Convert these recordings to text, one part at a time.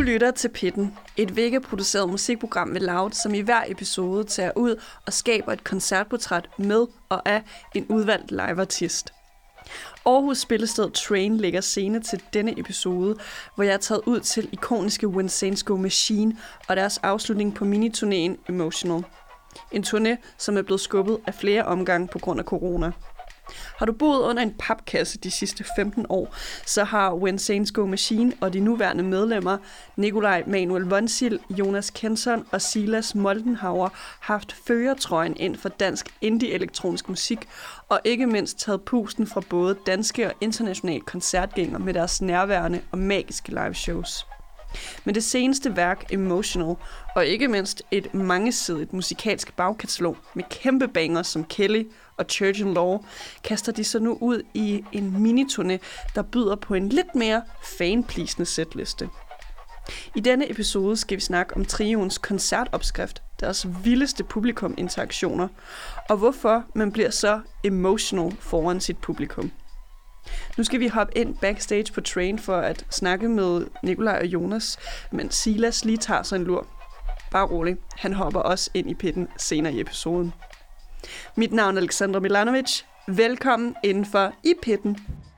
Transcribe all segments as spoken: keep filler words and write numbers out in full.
lytter til Pitten, et Vega-produceret musikprogram ved Loud, som i hver episode tager ud og skaber et koncertportræt med og af en udvalgt liveartist. Aarhus spillested Train lægger scene til denne episode, hvor jeg er taget ud til ikoniske When Saints Go Machine og deres afslutning på miniturnéen Emotional. En turné, som er blevet skubbet af flere omgange på grund af corona. Har du boet under en papkasse de sidste femten år, så har When Saints Go Machine og de nuværende medlemmer, Nikolaj Manuel Vonsild, Jonas Kenson og Silas Moldenhauer, haft førertrøjen ind for dansk indie-elektronisk musik, og ikke mindst taget pusten fra både danske og internationale koncertgængere med deres nærværende og magiske liveshows. Men det seneste værk, Emotional, og ikke mindst et mangesidigt musikalsk bagkatalog med kæmpe banger som Kelly og Church and Law, kaster de så nu ud i en miniturné, der byder på en lidt mere fanpleasende setliste. I denne episode skal vi snakke om trioens koncertopskrift, deres vildeste publikuminteraktioner, og hvorfor man bliver så emotional foran sit publikum. Nu skal vi hoppe ind backstage på Train for at snakke med Nikolaj og Jonas, mens Silas lige tager sig en lur. Bare rolig, han hopper også ind i pitten senere i episoden. Mit navn er Alexandra Milanovic. Velkommen indenfor i pitten.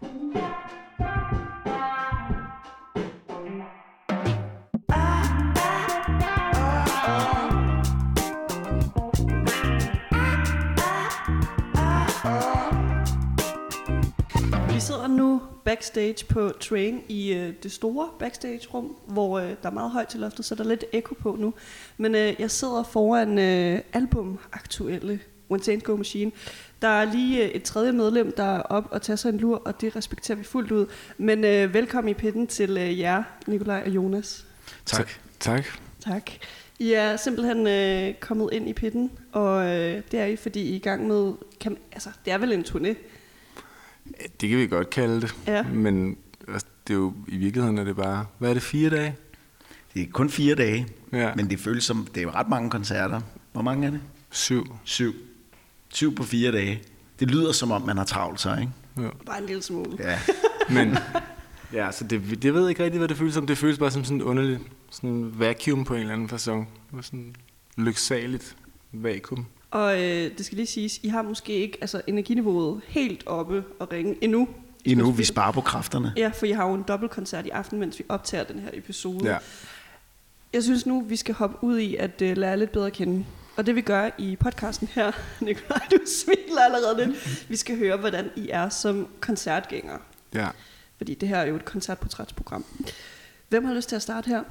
Vi sidder nu backstage på Train i øh, det store backstage-rum, hvor øh, der er meget højt til loftet, så der er lidt ekko på nu. Men øh, jeg sidder foran øh, albumaktuelle When Saints Go Machine. Der er lige øh, et tredje medlem, der er op og tager sig en lur, og det respekterer vi fuldt ud. Men øh, velkommen i pitten til øh, jer, Nikolaj og Jonas. Tak. Tak. Tak. I er simpelthen øh, kommet ind i pitten, og øh, det er I, fordi I er i gang med, kan, altså det er vel en turné? Det kan vi godt kalde det, ja. Men altså, det er jo i virkeligheden er det bare, hvad er det, fire dage? Det er kun fire dage, ja. Men det føles som, det er jo ret mange koncerter. Hvor mange er det? Syv. Syv. Syv på fire dage. Det lyder som om, man har travlt sig, ikke? Ja. Bare en lille smule. Ja. Men ja, så det, det ved ikke rigtig, hvad det føles som. Det føles bare som sådan en underlig sådan vacuum på en eller anden facon. Sådan lyksaligt vakuum. Og øh, det skal lige siges, I har måske ikke altså, energiniveauet helt oppe og ringe endnu. Endnu, vi sparer på kræfterne. Ja, for I har jo en dobbeltkoncert i aften, mens vi optager den her episode. Ja. Jeg synes nu, vi skal hoppe ud i at uh, lære lidt bedre at kende. Og det vi gør i podcasten her, Nikolaj, du smiler allerede lidt. Vi skal høre, hvordan I er som koncertgængere. Ja. Fordi det her er jo et koncertportrætsprogram. Hvem har lyst til at starte her?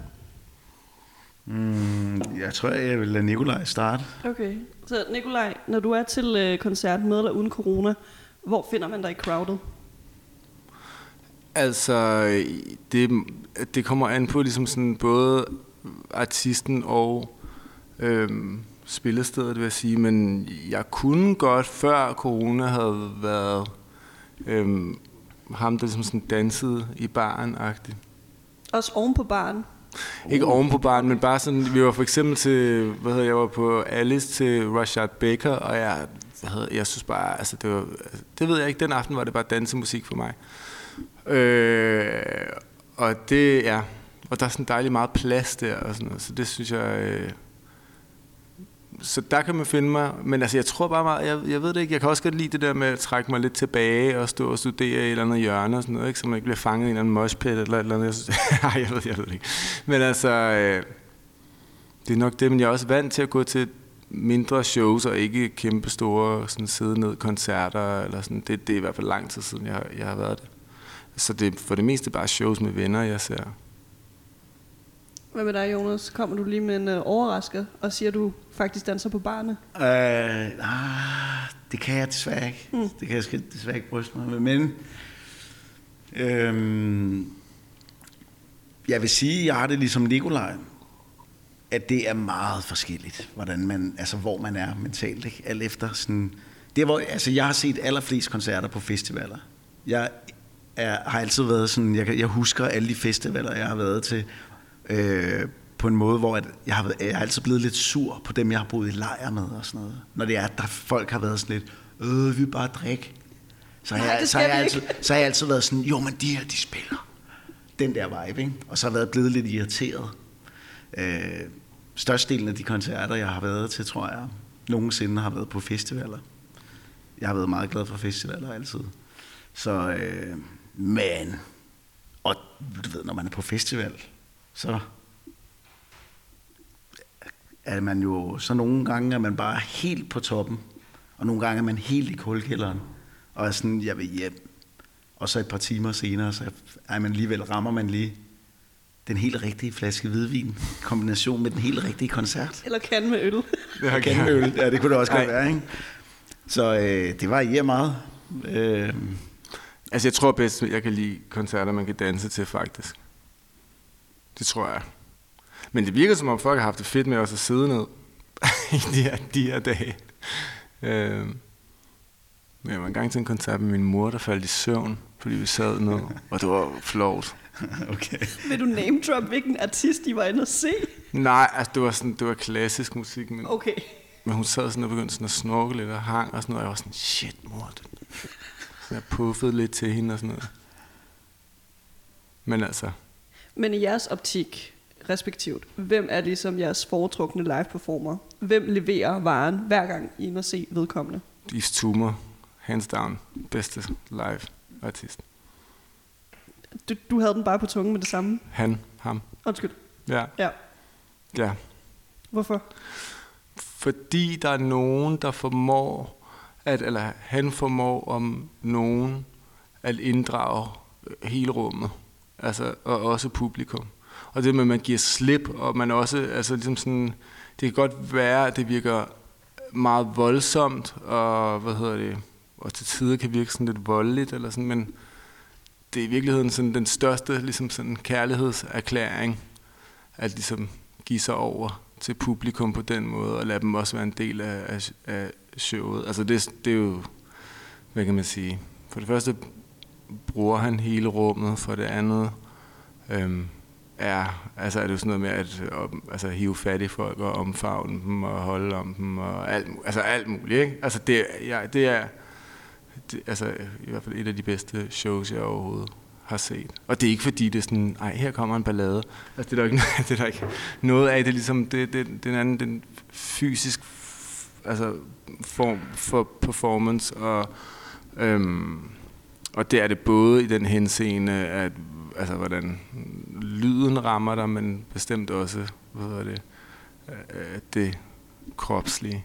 Mm, jeg tror, jeg vil lade Nikolaj starte. Okay, så Nikolaj, når du er til øh, koncert med eller uden corona, hvor finder man dig i crowdet? Altså, det, det kommer an på ligesom sådan både artisten og øhm, spillestedet, vil jeg sige. Men jeg kunne godt, før corona havde været øhm, ham, der ligesom sådan dansede i baren-agtigt. Også oven på baren? Ikke oven på baren, men bare sådan, vi var for eksempel til, hvad hedder jeg, var på Alice til Rashad Baker, og jeg, hvad hedder, jeg synes bare, altså det var, det ved jeg ikke, den aften var det bare dansemusik for mig. Øh, og det, ja, og der er sådan dejligt meget plads der og sådan noget, så det synes jeg, øh, så der kan man finde mig, men altså jeg tror bare meget, jeg, jeg ved det ikke, jeg kan også godt lide det der med at trække mig lidt tilbage og stå og studere i et eller andet hjørne og sådan noget, ikke? Så man ikke bliver fanget i en eller anden moshpit eller et eller andet, jeg synes, nej, jeg ved, jeg ved det ikke, men altså, øh, det er nok det, men jeg er også vant til at gå til mindre shows og ikke kæmpe store sådan sidde ned koncerter eller sådan, det, det er i hvert fald lang tid siden, jeg har, jeg har været det, så det er for det meste bare shows med venner, jeg ser. Hvad med dig, Jonas? Kommer du lige med en øh, overrasker og siger, at du faktisk danser på barne? Øh, ah, det kan jeg desværre ikke. Mm. Det kan jeg desværre ikke bryste mig med. Men øhm, jeg vil sige, at jeg har det ligesom Nikolaj, at det er meget forskelligt, hvordan man, altså hvor man er mentalt, ikke? Alt efter sådan. Det hvor, altså jeg har set allerflest koncerter på festivaler. Jeg er, har altid været sådan, jeg, jeg husker alle de festivaler, jeg har været til. Øh, på en måde, hvor at jeg, har, jeg er altid blevet lidt sur på dem, jeg har boet i lejr med og sådan noget. Når det er, at der folk har været sådan lidt, øh, vi vil bare drikke. Så har, Nej, jeg, så, har jeg altid, så har jeg altid været sådan, jo, men de her, de spiller. den der vibe, ikke? Og så har jeg været blevet lidt irriteret. Øh, størstedelen af de koncerter, jeg har været til, tror jeg, nogensinde har været på festivaler. Jeg har været meget glad for festivaler altid. Så, øh, men, og du ved, når man er på festival, så er man jo, så nogle gange er man bare helt på toppen, og nogle gange er man helt i kulkælderen, og er sådan, jeg vil hjem. Og så et par timer senere, så er man alligevel, rammer man lige den helt rigtige flaske hvidvin, i kombination med den helt rigtige koncert. Eller kan med øl. Ja, kan med øl, ja, det kunne det også godt være, ikke? Så øh, det varierer meget. Øh. Altså, jeg tror bedst, jeg kan lide koncerter, man kan danse til, faktisk. Det tror jeg. Men det virker som om, folk har haft det fedt med også at sidde ned i de her, de her dage. Øh. Men jeg var engang til en koncert med min mor, der faldt i søvn, fordi vi sad ned, og det var flovt. Okay. Vil du name drop, hvilken artist I var inde at se? Nej, altså det var, sådan, det var klassisk musik, men, okay. men hun sad sådan og begyndte sådan at snorke lidt og hang og sådan noget, og jeg var sådan, shit mor, det. Så jeg puffede lidt til hende og sådan noget. Men altså... Men i jeres optik, respektivt, hvem er ligesom jeres foretrukne live-performer? Hvem leverer varen hver gang I må se vedkommende? Yves Tumor, hands down, bedste live-artist. Du, du havde den bare på tungen med det samme? Han, ham. Undskyld. Ja. Ja. Ja. Hvorfor? Fordi der er nogen, der formår, at, eller han formår om nogen at inddrage hele rummet, altså, og også publikum. Og det med, at man giver slip, og man også, altså ligesom sådan, det kan godt være, at det virker meget voldsomt, og hvad hedder det, og til tider kan virke sådan lidt voldeligt, eller sådan, men det er i virkeligheden sådan den største ligesom sådan kærlighedserklæring, at ligesom give sig over til publikum på den måde, og lade dem også være en del af, af, af showet. Altså det, det er jo, hvad kan man sige, for det første bruger han hele rummet, for det andet øhm, er, altså er det jo sådan noget med at om, altså, hive fat i folk og omfavne dem og holde om dem og alt, altså alt muligt, ikke? Altså det, ja, det er det, altså i hvert fald et af de bedste shows, jeg overhovedet har set. Og det er ikke fordi det er sådan, ej, her kommer en ballade. Altså det er der ikke, det er der ikke noget af. Det er ligesom det, det, den anden, den fysisk altså form for performance, og øhm, og det er det både i den henseende, at altså hvordan lyden rammer dig, men bestemt også, hvad hedder det, øh, det kropslige.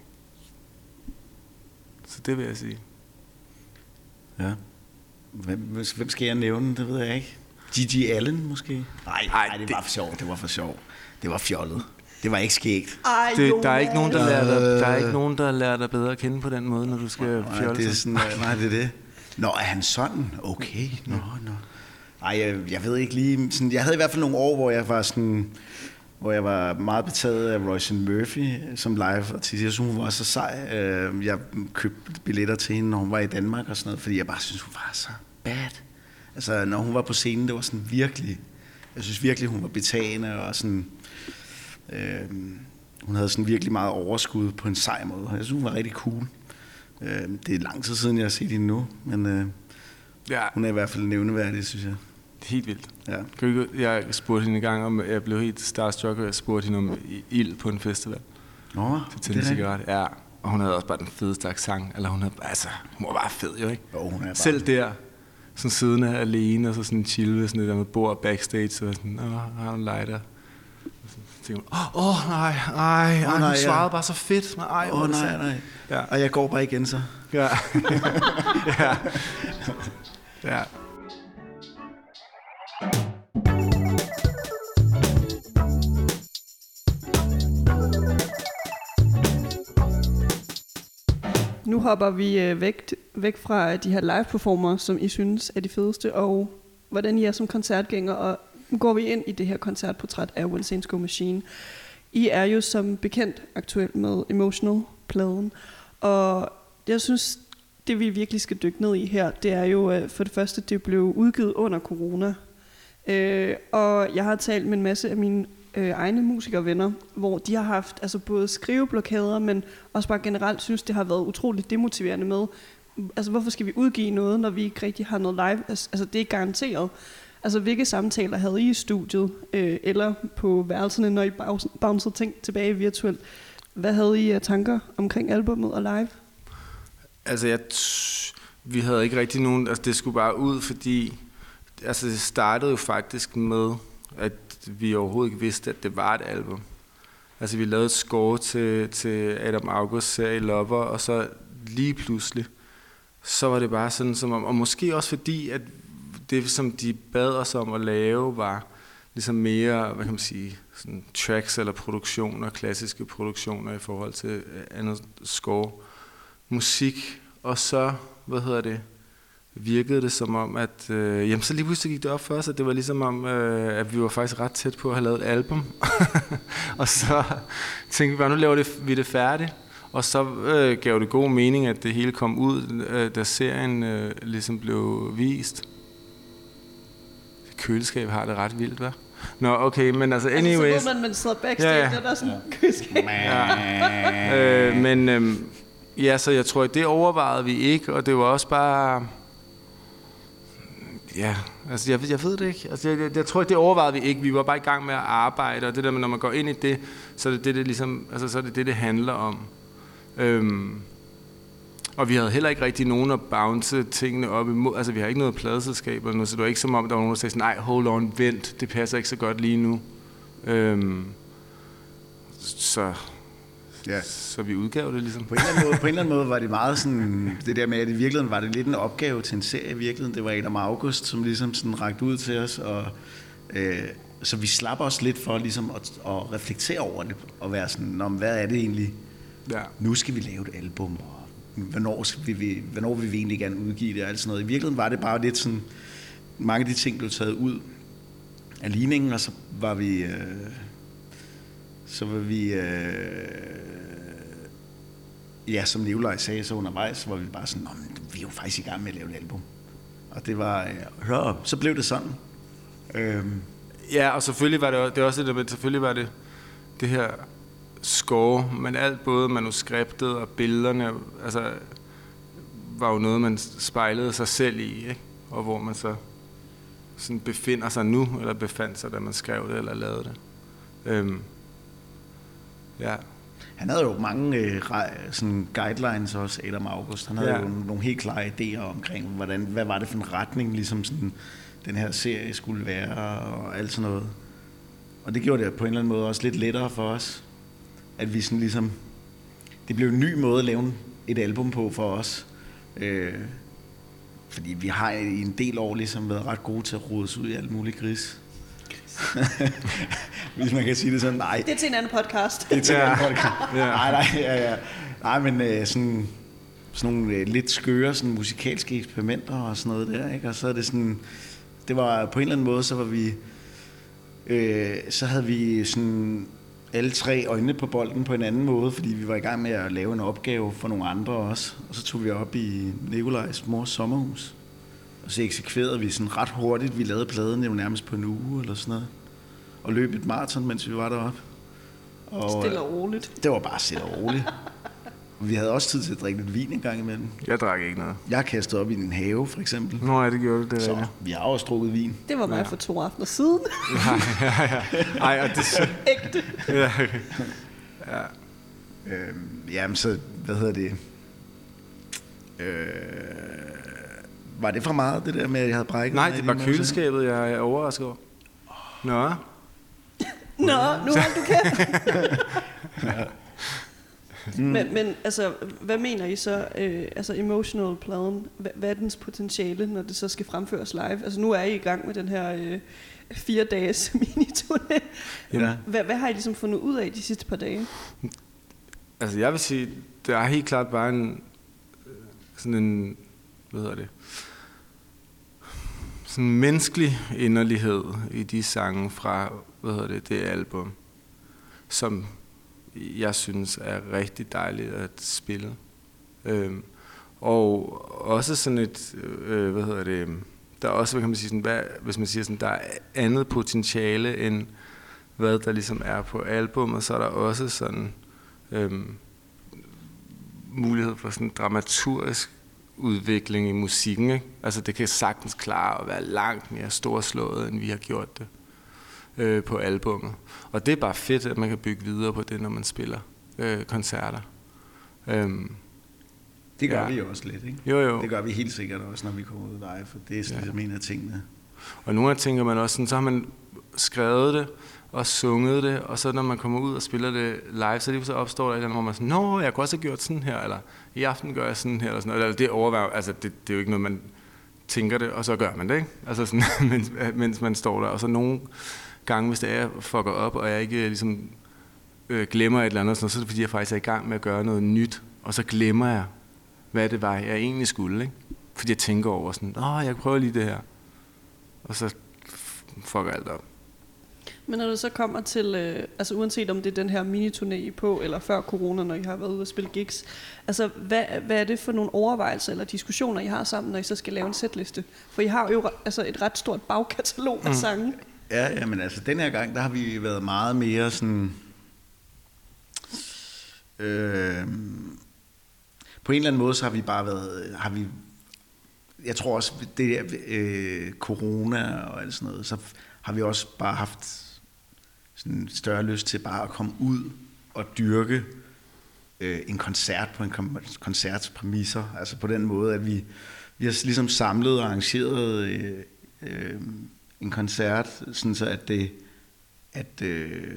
Så det vil jeg sige. Ja. Hvem, hvem skal jeg nævne? Det ved jeg ikke. Gigi Allen måske? Nej, nej, det var for sjov. Det var for sjov. Det var fjollet. Det var ikke skægt. Ej, det, der er ikke nogen, der lærer dig, der er ikke nogen, der lærer dig bedre at kende på den måde, når du skal nej, fjolle. Det er sådan, nej, det er det. Nå, er han sådan? Okay. Nå, nå. Ej, jeg, jeg ved ikke lige. Sådan, jeg havde i hvert fald nogle år, hvor jeg var sådan, hvor jeg var meget betaget af Roisin Murphy som live-artist. Jeg synes, hun var så sej. Jeg købte billetter til hende, når hun var i Danmark og sådan noget, fordi jeg bare synes, hun var så bad. Altså, når hun var på scenen, det var sådan virkelig, jeg synes virkelig, hun var betagende og sådan, øh, hun havde sådan virkelig meget overskud på en sej måde. Jeg synes, hun var rigtig cool. Øh, det er lang tid siden, jeg har set hende nu, men øh, ja. Hun er i hvert fald nævneværdig, synes jeg. Helt vildt. Ja. Jeg spurgte hende en gang om, jeg blev helt starstruck, og jeg spurgte hende om ild på en festival. Nå, til en cigaret. Ja, og hun havde også bare den fedeste accent, eller hun havde, altså, hun var bare fed, jo, ikke? Jo, hun er bare... Selv der, sådan siddende alene, og så sådan chill ved sådan et der med bord backstage, så sådan, åh, har hun lighter. Så tænkte hun, åh, oh, nej, ej, ej, oh, nej, hun svarede ja. bare så fedt. Ej, åh, oh, nej, nej. Ja. Og jeg går bare igen, så. Ja. ja. Ja. Nu hopper vi væk, væk fra de her live-performer, som I synes er de fedeste, og hvordan I er som koncertgænger, og nu går vi ind i det her koncertportræt af When Saints Go Machine. I er jo som bekendt aktuelt med Emotional-pladen, og jeg synes, det vi virkelig skal dykke ned i her, det er jo for det første, det blev udgivet under corona, øh, og jeg har talt med en masse af mine øh, egne musikervenner, hvor de har haft altså både skriveblokader, men også bare generelt synes, det har været utroligt demotiverende med, altså hvorfor skal vi udgive noget, når vi ikke rigtig har noget live, altså det er garanteret. Altså, hvilke samtaler havde I i studiet, øh, eller på værelserne, når I bouncede ting tilbage virtuelt? Hvad havde I af tanker omkring albummet og live? Altså, jeg t- vi havde ikke rigtig nogen... Altså, det skulle bare ud, fordi... Altså, det startede jo faktisk med, at vi overhovedet ikke vidste, at det var et album. Altså, vi lavede et score til, til Adam Augusts serie Lover, og så lige pludselig, så var det bare sådan som om... Og måske også fordi, at det, som de bad os om at lave, var ligesom mere, hvad kan man sige, sådan tracks eller produktioner, klassiske produktioner i forhold til andet score. Musik, og så, hvad hedder det, virkede det som om, at øh, jamen så lige pludselig gik det op for os, at det var ligesom om, øh, at vi var faktisk ret tæt på at have lavet et album. Og så tænkte vi bare, nu laver det, vi det færdigt. Og så øh, gav det god mening, at det hele kom ud, øh, da serien øh, ligesom blev vist. Køleskab har det ret vildt, hva'? Nå, okay, men altså anyways... Altså, så ved man, man sidder backstage, ja, ja. Der er sådan en ja. Køleskab. Ja. øh, men øh, ja, så jeg tror, det overvejede vi ikke, og det var også bare... Ja, altså jeg, jeg ved det ikke. Altså jeg, jeg, jeg tror, det overvejede vi ikke. Vi var bare i gang med at arbejde, og det der med, når man går ind i det, så er det det, det, ligesom, altså, så er det, det, det handler om. Øhm, og vi havde heller ikke rigtig nogen at bounce tingene op imod. Altså vi har ikke noget pladeselskab eller noget, så det var ikke som om, der var nogen, der sagde sådan, nej, hold on, vent, det passer ikke så godt lige nu. Øhm, så... Ja. Så vi udgav det ligesom. På en, eller anden måde, på en eller anden måde var det meget sådan, det der med, at i virkeligheden var det lidt en opgave til en serie i virkeligheden. Det var Adam August, som ligesom sådan rakte ud til os, og øh, så vi slap os lidt for ligesom at, at reflektere over det, og være sådan, om hvad er det egentlig? Ja. Nu skal vi lave et album, og hvornår, skal vi, hvornår vil vi egentlig gerne udgive det, og alt sådan noget. I virkeligheden var det bare lidt sådan, mange af de ting blev taget ud af ligningen, og så var vi... Øh, så var vi... Øh, Ja, som Nikolaj sagde, så undervejs, så var vi bare sådan, vi er jo faktisk i gang med at lave et album. Og det var, ja, så blev det sådan. Øhm. Ja, og selvfølgelig var det, også, det er også det der med, selvfølgelig var det det her score, men alt, både manuskriptet og billederne, altså, var jo noget, man spejlede sig selv i, ikke? Og hvor man så sådan befinder sig nu, eller befandt sig, da man skrev det eller lavede det. Øhm. Ja. Han havde jo mange øh, sådan guidelines også, Adam August. Han havde ja. jo nogle helt klare idéer omkring, hvordan, hvad var det for en retning, ligesom sådan, den her serie skulle være, og alt sådan noget. Og det gjorde det på en eller anden måde også lidt lettere for os, at vi sådan ligesom... Det blev en ny måde at lave et album på for os. Øh, fordi vi har i en del år ligesom været ret gode til at rode os ud i alt muligt gris. Hvis man kan sige det sådan, nej. Det er til en anden podcast. Det er til en anden podcast. Ja. Nej, nej, ja, ja. Nej, men øh, sådan, sådan nogle øh, lidt skøre sådan musikalske eksperimenter og sådan noget der, ikke? Og så er det sådan, det var på en eller anden måde, så var vi, øh, så havde vi sådan alle tre øjnene på bolden på en anden måde, fordi vi var i gang med at lave en opgave for nogle andre også. Og så tog vi op i Nikolajs mors sommerhus. Og så eksekverede vi sådan ret hurtigt. Vi lavede pladen jo nærmest på en uge eller sådan noget. Og løb et maraton, mens vi var deroppe. Og stille og roligt. Det var bare stille og roligt. Vi havde også tid til at drikke lidt vin en gang imellem. Jeg drak ikke noget. Jeg kastede op i en have, for eksempel. Nå ja, det gjorde det. det så ja. Vi har også drukket vin. Det var mig ja. for to aftener siden. ja, ja, ja. Ej, og det... Ægte. ja, okay. ja. Øhm, jamen, så, hvad hedder det? Øh... Var det for meget, det der med, at jeg havde brækket? Nej, det var køleskabet, jeg er overrasket over. Nå. Nå, nu har du kæft. ja. mm. men, men altså, hvad mener I så, øh, altså Emotional-pladen, hvad, hvad er dens potentiale, når det så skal fremføres live? Altså nu er I i gang med den her øh, fire dages mini-turné. Ja. Hvad, hvad har I ligesom fundet ud af de sidste par dage? Altså jeg vil sige, det er helt klart bare en, sådan en, hvad hedder det, sådan en menneskelig inderlighed i de sange fra, hvad hedder det, det album, som jeg synes er rigtig dejligt at spille. Øhm, og også sådan et, øh, hvad hedder det, der er også, hvad kan man sige, sådan, hvad, hvis man siger sådan, der er andet potentiale end hvad der ligesom er på albummet, så er der også sådan øhm, mulighed for sådan dramaturgisk udvikling i musikken, ikke? Altså det kan sagtens klare at være langt mere storslået, end vi har gjort det øh, på albummet. Og det er bare fedt, at man kan bygge videre på det, når man spiller øh, koncerter. Øhm, det gør ja. vi jo også lidt, ikke? Jo, jo. Det gør vi helt sikkert også, når vi kommer ud live, for det er sådan ligesom en af tingene. Og nogle gange tænker man også sådan, så har man skrevet det, og sunget det, og så når man kommer ud og spiller det live, så lige så opstår der et eller andet, hvor man sådan, nå, jeg kunne også have gjort sådan her, eller i aften gør jeg sådan her, eller sådan noget. Eller det overvejer, altså det, det er jo ikke noget, man tænker det, og så gør man det, ikke? Altså sådan, mens, mens man står der, og så nogle gange, hvis det er, jeg fucker op, og jeg ikke ligesom øh, glemmer et eller andet, sådan, så er det fordi, jeg faktisk er i gang med at gøre noget nyt, og så glemmer jeg, hvad det var, jeg egentlig skulle, ikke? Fordi jeg tænker over sådan, åh, jeg prøver lige det her, og så fucker alt op. Men når det så kommer til, øh, altså uanset om det er den her mini-turné på, eller før corona, når I har været ude at spille gigs, altså hvad, hvad er det for nogle overvejelser eller diskussioner, I har sammen, når I så skal lave en setliste? For I har jo altså et ret stort bagkatalog af mm. sange. Ja, ja, men altså den her gang, der har vi været meget mere sådan... Øh, på en eller anden måde, så har vi bare været... Har vi, jeg tror også, det der øh, corona og alt sådan noget, så har vi også bare haft sådan større lyst til bare at komme ud og dyrke øh, en koncert på en koncerts præmisser. Altså på den måde, at vi, vi har ligesom samlet og arrangeret øh, øh, en koncert, sådan så at det, at, øh,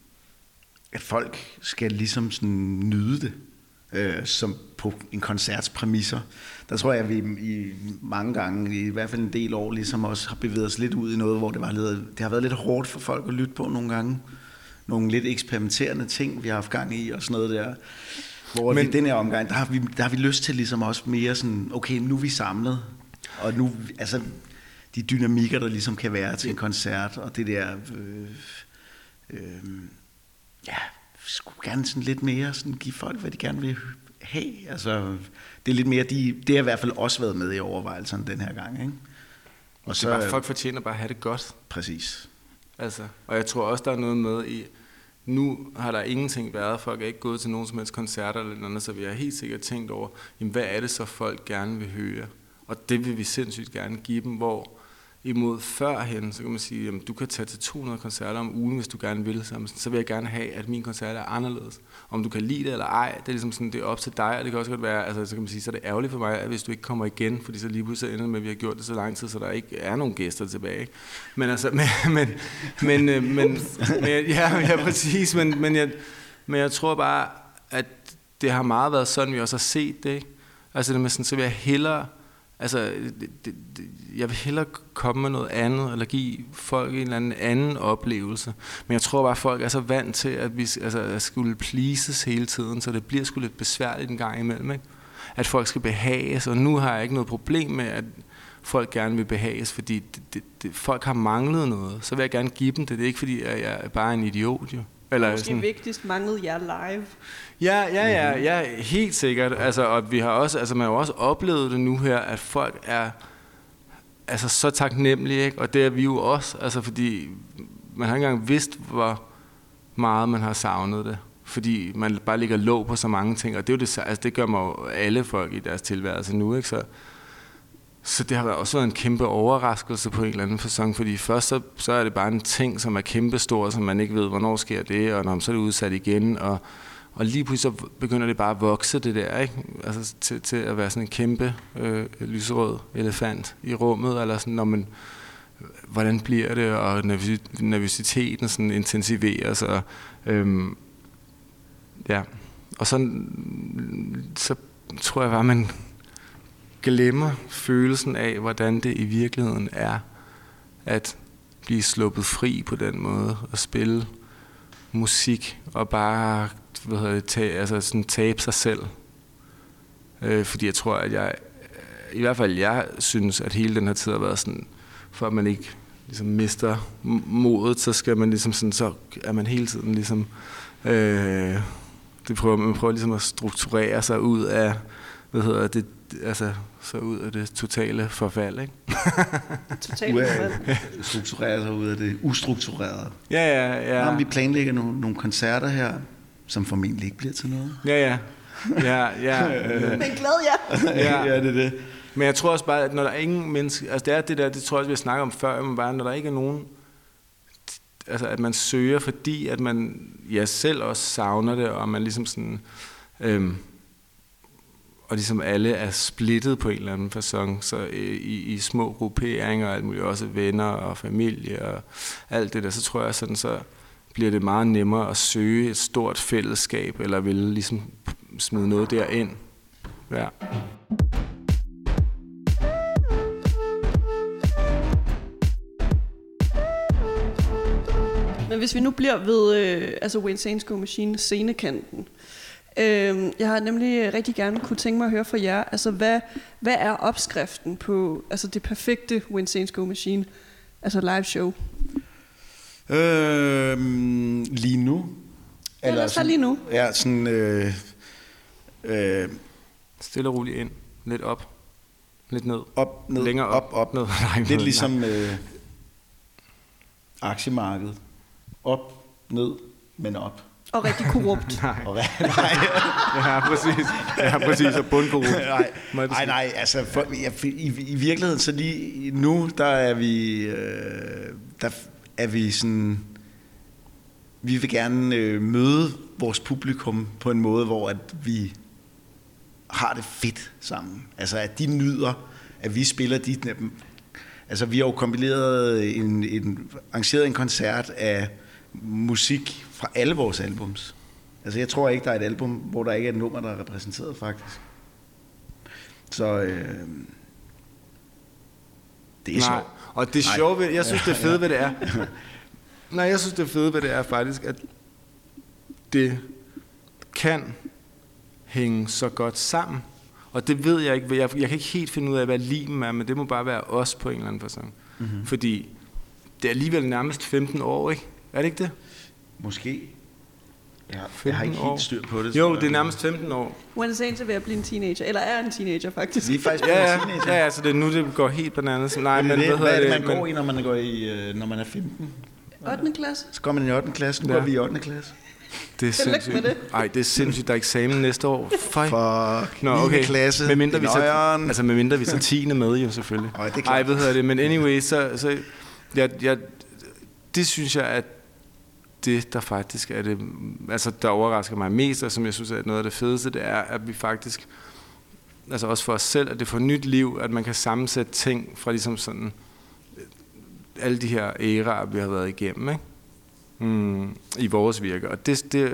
at folk skal ligesom sådan nyde det, øh, som på en koncerts præmisser. Der tror jeg, at vi i mange gange, i hvert fald en del år, ligesom også har bevæget os lidt ud i noget, hvor det, var lidt, det har været lidt hårdt for folk at lytte på nogle gange. Nogle lidt eksperimenterende ting, vi har haft gang i og sådan noget der. Hvor Men, i den her omgang, der har, vi, der har vi lyst til ligesom også mere sådan, okay, nu er vi samlet. Og nu, altså, de dynamikker, der ligesom kan være til en koncert, og det der, øh, øh, ja, skulle gerne sådan lidt mere sådan give folk, hvad de gerne vil have. Altså, det er lidt mere, de, det har i hvert fald også været med i overvejelserne den her gang, ikke? Og så, bare, folk fortjener bare at have det godt. Præcis. Altså, og jeg tror også, der er noget med i, nu har der ingenting været, folk er ikke gået til nogen som helst koncerter eller noget, så vi har helt sikkert tænkt over, jamen, hvad er det så folk gerne vil høre? Og det vil vi sindssygt gerne give dem, hvor imod førhen, så kan man sige, jamen, du kan tage til to hundrede koncerter om ugen, hvis du gerne vil, så vil jeg gerne have, at min koncert er anderledes. Om du kan lide det eller ej, det er ligesom sådan, det er op til dig, og det kan også godt være, altså så kan man sige, så er det ærgerligt for mig, at hvis du ikke kommer igen, fordi så lige pludselig ender med, at vi har gjort det så lang tid, så der ikke er nogen gæster tilbage. Ikke? Men altså, men, men, men, men, men ja, ja, præcis, men, men, jeg, men jeg tror bare, at det har meget været sådan, vi også har set det, ikke? Altså det med sådan, så vil jeg hellere, altså, det, det, jeg vil hellere komme med noget andet, eller give folk en eller anden anden oplevelse. Men jeg tror bare, at folk er så vant til, at vi altså, at skulle pleases hele tiden, så det bliver sgu lidt besværligt en gang imellem, ikke? At folk skal behages, og nu har jeg ikke noget problem med, at folk gerne vil behages, fordi det, det, det, folk har manglet noget. Så vil jeg gerne give dem det. Det er ikke, fordi jeg er bare en idiot, jo. Eller måske sådan, vigtigst manglede jer live. Ja, ja, ja, ja, helt sikkert. Altså, og vi har også, altså man har også oplevet det nu her, at folk er altså så taknemmelige, ikke? Og det er vi jo også, altså fordi man har ikke engang vidst, hvor meget man har savnet det, fordi man bare ligger låg på så mange ting, og det er jo det, altså det gør man jo alle folk i deres tilværelse nu, ikke? Så Så det har også været en kæmpe overraskelse på en eller anden facon, fordi først så, så er det bare en ting, som er kæmpestor, som man ikke ved, hvornår sker det, og når så er det udsat igen, og, og lige pludselig så begynder det bare at vokse det der, ikke? Altså til, til at være sådan en kæmpe øh, lyserød elefant i rummet, eller sådan, når man, hvordan bliver det, og nervøsiteten sådan intensiveres, og øhm, ja, og så, så tror jeg bare, man glemmer følelsen af, hvordan det i virkeligheden er at blive sluppet fri på den måde og spille musik og bare hvad hedder det, tage, altså sådan tabe sig selv. Øh, fordi jeg tror, at jeg i hvert fald jeg synes, at hele den her tid har været sådan, for at man ikke ligesom mister modet, så skal man ligesom sådan, så er man hele tiden ligesom øh, det prøver, man prøver ligesom at strukturere sig ud af hvad hedder det, altså så ud af det totale forfald, ikke? Totale forfald. Strukturere sig ud af det ustrukturerede. Ja, ja, ja. Nå, vi planlægger nogle, nogle koncerter her, som formentlig ikke bliver til noget. Ja, ja. Ja, ja. Men glad ja. Ja. Ja, det er det. Men jeg tror også bare, at når der er ingen mennesker... Altså det er det der, det tror jeg også, vi har snakket om før, men bare når der ikke er nogen... Altså at man søger, fordi at man ja, selv også savner det, og man ligesom sådan... Øhm, og ligesom alle er splittet på en eller anden facon, så i, i små grupperinger, alt muligt, også venner og familie og alt det der, så tror jeg sådan, så bliver det meget nemmere at søge et stort fællesskab, eller vil ligesom smide noget derind. Ja. Men hvis vi nu bliver ved øh, altså When Saints Go Machine scenekanten, øh, jeg har nemlig rigtig gerne kunne tænke mig at høre fra jer, altså hvad, hvad er opskriften på altså det perfekte When Saints Go Machine, altså live show? Øh, lige nu. Ja, lad os tage lige nu. Ja, sådan... Øh, øh, Stille og roligt ind, lidt op, lidt ned, op, ned, længere op, op, op. ned. Nej, Lidt ligesom øh, aktiemarkedet. Op, ned, men op. Og rigtig korrupt. Nej. Og, nej, Ja, præcis. Ja, præcis. Og bundkorrupt. nej, nej, nej, altså for, i, i, i virkeligheden, så lige nu, der er vi, øh, der er vi sådan, vi vil gerne øh, møde vores publikum på en måde, hvor at vi har det fedt sammen. Altså at de nyder, at vi spiller de, altså vi har jo kompileret en, en, arrangeret en koncert af musik fra alle vores albums. Altså jeg tror ikke, der er et album, hvor der ikke er et nummer, der er repræsenteret faktisk. Så øh, det er Nej, sjovt. og det er sjovt, ved, jeg synes det er fede ved det er. Nej, jeg synes det er fede ved det er faktisk, at det kan hænge så godt sammen. Og det ved jeg ikke, jeg, jeg kan ikke helt finde ud af, hvad limen er, men det må bare være os på en eller anden facon. Mm-hmm. Fordi det er alligevel nærmest femten år, ikke? Er det ikke det? Måske. Ja, jeg har ikke helt styr på det. Jo, det er nærmest femten år. When Saints er ved at blive en teenager, eller er en teenager faktisk. Vi er faktisk Ja, ja, teenager. ja, så det er nu, det går helt bananas. Nej, Men men det, hvad, hvad er det, man men, går i, når man går i, når man er femten? ottende klasse. Så går man i ottende klasse, nu Ja. går vi i ottende klasse. Det er sindssygt. med det. Ej, det er sindssygt, der er eksamen næste år. Fej. Fuck, Nå, niende okay. klasse, Med mindre vi så, nøjeren. altså med mindre vi så tiende med jo selvfølgelig. Øj, det er klart. Ej, hvad hedder det? Men anyway, så, så jeg, jeg, det synes jeg, at det, der faktisk er det, altså der overrasker mig mest, og som jeg synes er noget af det fedeste, det er, at vi faktisk, altså også for os selv, at det får nyt liv, at man kan sammensætte ting fra ligesom sådan, alle de her æraer, vi har været igennem, ikke? Mm, i vores virke. Og det, det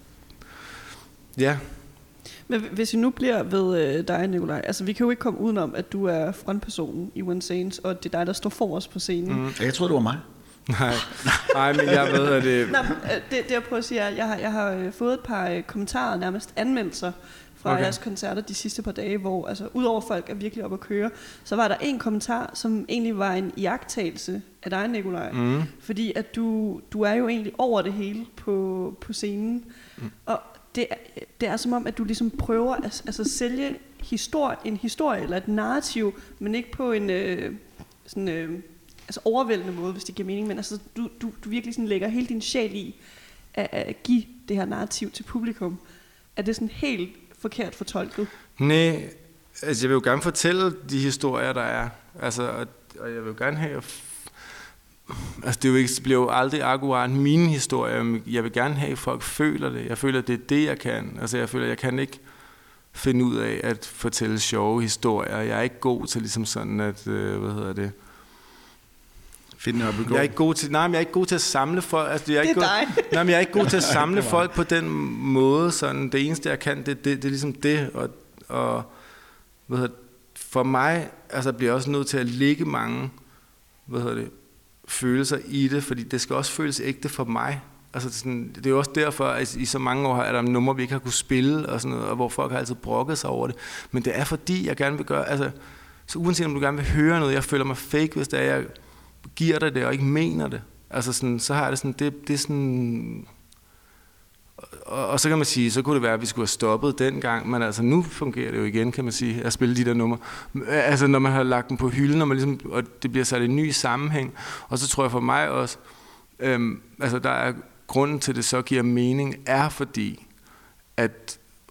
ja. Men hvis vi nu bliver ved øh, dig, Nikolaj, altså vi kan jo ikke komme udenom, at du er frontpersonen i When Saints, og det er dig, der står forrest på scenen. Mm. Jeg troede, det var mig. Nej, nej, men jeg ved, at det... Nå, det, det jeg prøver at sige er, at jeg har, jeg har øh, fået et par øh, kommentarer, nærmest anmeldelser fra okay. jeres koncerter de sidste par dage, hvor altså, udover folk er virkelig oppe at køre, så var der en kommentar, som egentlig var en iagttagelse af dig, Nikolaj. Mm. Fordi at du, du er jo egentlig over det hele på, på scenen, mm. og det er, det er som om, at du ligesom prøver at altså, sælge historie, en historie eller et narrativ, men ikke på en øh, sådan... Øh, altså overvældende måde, hvis det giver mening, men altså, du, du, du virkelig sådan lægger hele din sjæl i at, at give det her narrativ til publikum. Er det sådan helt forkert fortolket? Nej, altså jeg vil jo gerne fortælle de historier, der er. Altså, og, og jeg vil jo gerne have... Altså det, er jo ikke, det bliver jo aldrig akkurat mine historier. Jeg vil gerne have, at folk føler det. Jeg føler, at det er det, jeg kan. Altså jeg føler, at jeg kan ikke finde ud af at fortælle sjove historier. Jeg er ikke god til ligesom sådan at... Øh, hvad hedder det... Jeg er ikke god til, nej, men jeg er ikke god til at samle folk. Altså, jeg er det ikke er god, nej, men jeg er ikke god til at samle folk på den måde. Sådan, det eneste jeg kan, det, det, det er ligesom det. Og, og hvad hedder, for mig altså, bliver jeg også nødt til at lægge mange hvad hedder det, følelser i det, fordi det skal også føles ægte for mig. Altså, sådan, det er jo også derfor, at i så mange år er der numre, vi ikke har kunne spille, og, sådan noget, og hvor folk har altid brokket sig over det. Men det er fordi, jeg gerne vil gøre... Altså, så uanset om du gerne vil høre noget, jeg føler mig fake, hvis det er, jeg giver dig det og ikke mener det. Altså sådan, så har jeg det sådan, det, det er sådan... Og, og så kan man sige, så kunne det være, at vi skulle have stoppet dengang, men altså nu fungerer det jo igen, kan man sige, at spille de der numre. Altså når man har lagt dem på hylden, når man ligesom, og det bliver sat i en ny sammenhæng. Og så tror jeg for mig også, øhm, altså der er grunden til, det så giver mening, er fordi, at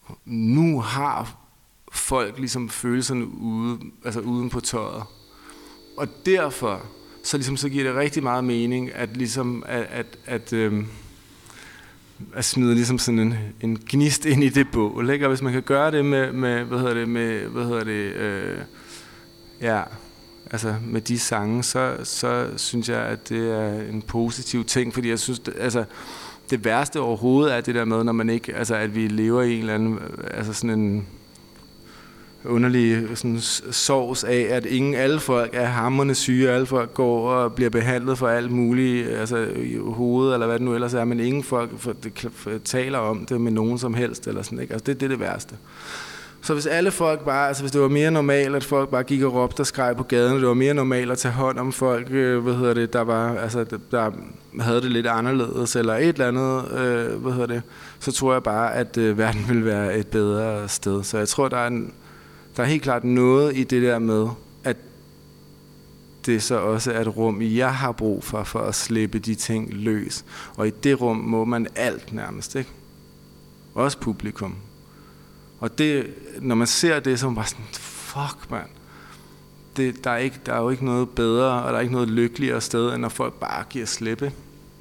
nu har folk ligesom følelserne ude, altså uden på tøjet. Og derfor, så, ligesom, så giver det rigtig meget mening, at, ligesom, at, at, at, øhm, at smide ligesom sådan en, en gnist ind i det bål. Ikke? Og hvis man kan gøre det med, med hvad hedder det, med, hvad hedder det, øh, ja, altså med de sange, så, så synes jeg, at det er en positiv ting, fordi jeg synes, det, altså, det værste overhovedet er det der med, når man ikke, altså at vi lever i en eller anden, altså sådan en underlig sådan sovs af, at ingen, alle folk er hamrende syge, alle folk går og bliver behandlet for alt muligt, altså i hovedet, eller hvad det nu ellers er, men ingen folk for, for, taler om det med nogen som helst, eller sådan, ikke? Altså det, det er det værste. Så hvis alle folk bare, altså hvis det var mere normalt, at folk bare gik og råbte og skreg på gaden, og det var mere normalt at tage hånd om folk, øh, hvad hedder det, der var, altså der havde det lidt anderledes, eller et eller andet, øh, hvad hedder det, så tror jeg bare, at øh, verden ville være et bedre sted. Så jeg tror, der er, en, der er helt klart noget i det der med, at det så også er et rum, jeg har brug for, for at slippe de ting løs. Og i det rum må man alt nærmest, ikke? Også publikum. Og det, når man ser det, så er man bare sådan, fuck mand, det, der, er ikke, der er jo ikke noget bedre, og der er ikke noget lykkeligere sted, end når folk bare giver slippe.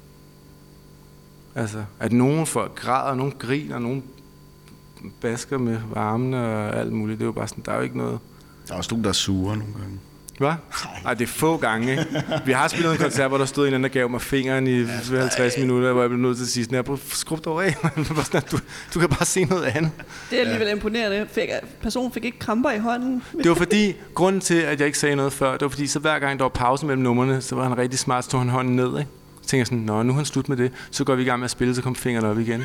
Altså, at nogen folk græder, nogen griner, nogen basker med varmen og alt muligt, det er jo bare sådan, der er jo ikke noget. Der er også nogen, der er sure nogle gange. Hvad? Ej, det er få gange, ikke? Vi har spillet en koncert, hvor der stod en anden, der gav mig fingeren i halvtreds minutter, hvor jeg blev nødt til at sige sådan, jeg skrubt over af, du, du kan bare se noget andet. Det er alligevel imponerende. Fik, personen fik ikke kramper i hånden. Det var fordi, grunden til, at jeg ikke sagde noget før, det var fordi, så hver gang der var pause mellem numrene, så var han rigtig smart, så tog han hånden ned, ikke? Så tænkte jeg sådan, nå, nu er han slut med det, så går vi i gang med at spille, så kom fingeren op igen.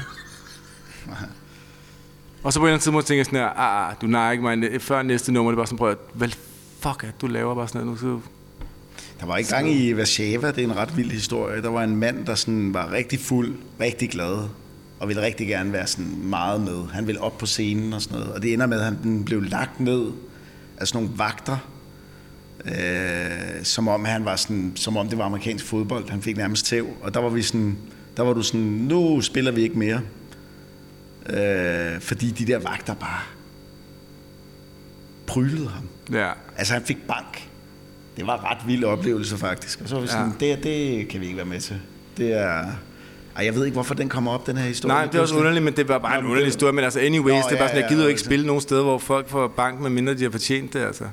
Og så på en eller anden tidspunkt tænkte jeg sådan her, ah, du nej ikke mig, før næste nummer, det var sådan, prøv vel fuck, at du laver bare sådan noget nu. Så der var ikke gang i Warszawa, det er en ret vild historie. Der var en mand, der sådan var rigtig fuld, rigtig glad, og ville rigtig gerne være sådan meget med. Han ville op på scenen og sådan noget, og det ender med, at han blev lagt ned af sådan nogle vagter, øh, som om han var sådan, som om det var amerikansk fodbold. Han fik nærmest tæv, og der var vi sådan, der var du sådan, nu spiller vi ikke mere, øh, fordi de der vagter bare prylede ham. ja. Altså han fik bank. Det var en ret vild oplevelse faktisk. Og så var vi sådan, ja. det, det kan vi ikke være med til. Det er... Ej, jeg ved ikke, hvorfor den kommer op, den her historie. Nej, det er også underligt, men det var bare en underlig historie. Men altså anyways, Nå, det er bare sådan, jeg gider jo ikke spille nogen steder, hvor folk får bank, med mindre de har fortjent det, altså.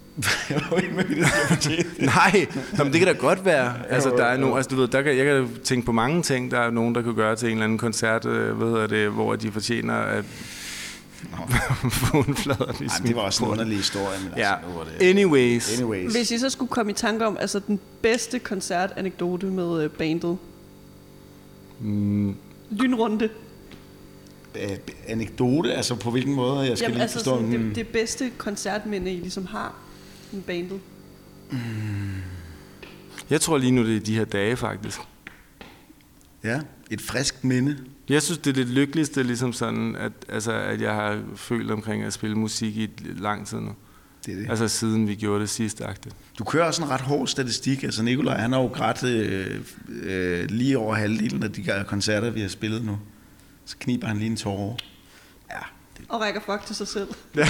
Nej, men det kan da godt være. Altså, der er nogen, altså, du ved, der kan, jeg kan tænke på mange ting. Der er nogen, der kan gøre til en eller anden koncert, hvad hedder det, hvor de fortjener at få en flader. Det var også en underlig historie. Men ja. altså, nu var det... Anyways. Anyways. Hvis I så skulle komme i tanke om altså, den bedste koncertanekdote med uh, bandet. Mm. Lynrunde. Anekdote, altså på hvilken måde? Jeg skal Jamen, lige altså forstå. Sådan, det, det bedste koncertminde, I ligesom har med bandet. Mm. Jeg tror lige nu, det er de her dage, faktisk. Ja, et friskt minde. Jeg synes, det er det lykkeligste, ligesom sådan, at, altså, at jeg har følt omkring at spille musik i lang tid nu. Det er det. Altså siden vi gjorde det sidste akte. Du kører også en ret hård statistik. Altså Nikolaj, han har jo grædt øh, øh, lige over halvdelen af de koncerter, vi har spillet nu. Så kniber han lige en tårer. Ja. Det... Og rækker fuck til sig selv. Ja.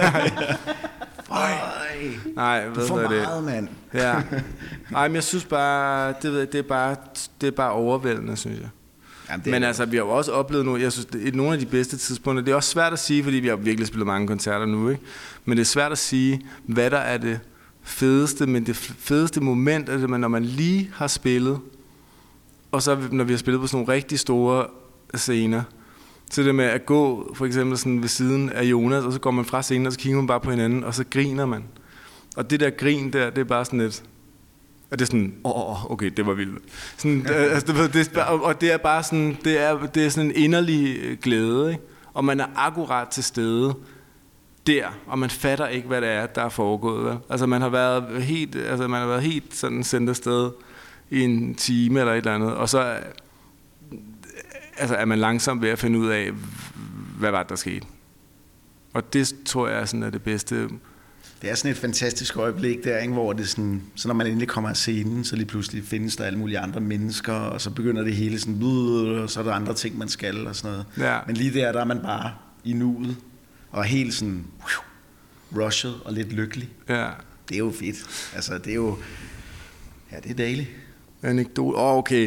Ej. Nej, ved du får det. meget, mand. Ja. Nej, men jeg synes bare, det, ved, det, er bare, det er bare overvældende, synes jeg. Jamen, men altså, vi har jo også oplevet nu, jeg synes, det er nogle af de bedste tidspunkter. Det er også svært at sige, fordi vi har virkelig spillet mange koncerter nu, ikke? Men det er svært at sige, hvad der er det fedeste, men det fedeste moment er det, når man lige har spillet, og så når vi har spillet på sådan nogle rigtig store scener, så det med at gå for eksempel sådan ved siden af Jonas, og så går man fra scenen, og så kigger man bare på hinanden, og så griner man. Og det der grin der, det er bare sådan et... Og det er sådan, åh, oh, okay, det var vildt. Sådan, altså, det, det, og det er bare sådan, det er, det er sådan en inderlig glæde, ikke? Og man er akkurat til stede der, og man fatter ikke, hvad det er, der er foregået. Vel? Altså man har været helt, altså man har været helt sådan sendt afsted i en time eller et eller andet, og så altså er man langsomt ved at finde ud af, hvad var det, der skete. Og det tror jeg sådan er det bedste. Det er sådan et fantastisk øjeblik der, ikke, hvor det sådan, så når man endelig kommer af scenen, så lige pludselig findes der alle mulige andre mennesker, og så begynder det hele sådan, og så er der andre ting, man skal og sådan noget. Ja. Men lige der, der er man bare i nuet, og helt sådan whew, rushet og lidt lykkelig. Ja. Det er jo fedt. Altså, det er jo... Ja, det er dejligt. Anekdote. Åh, oh, okay.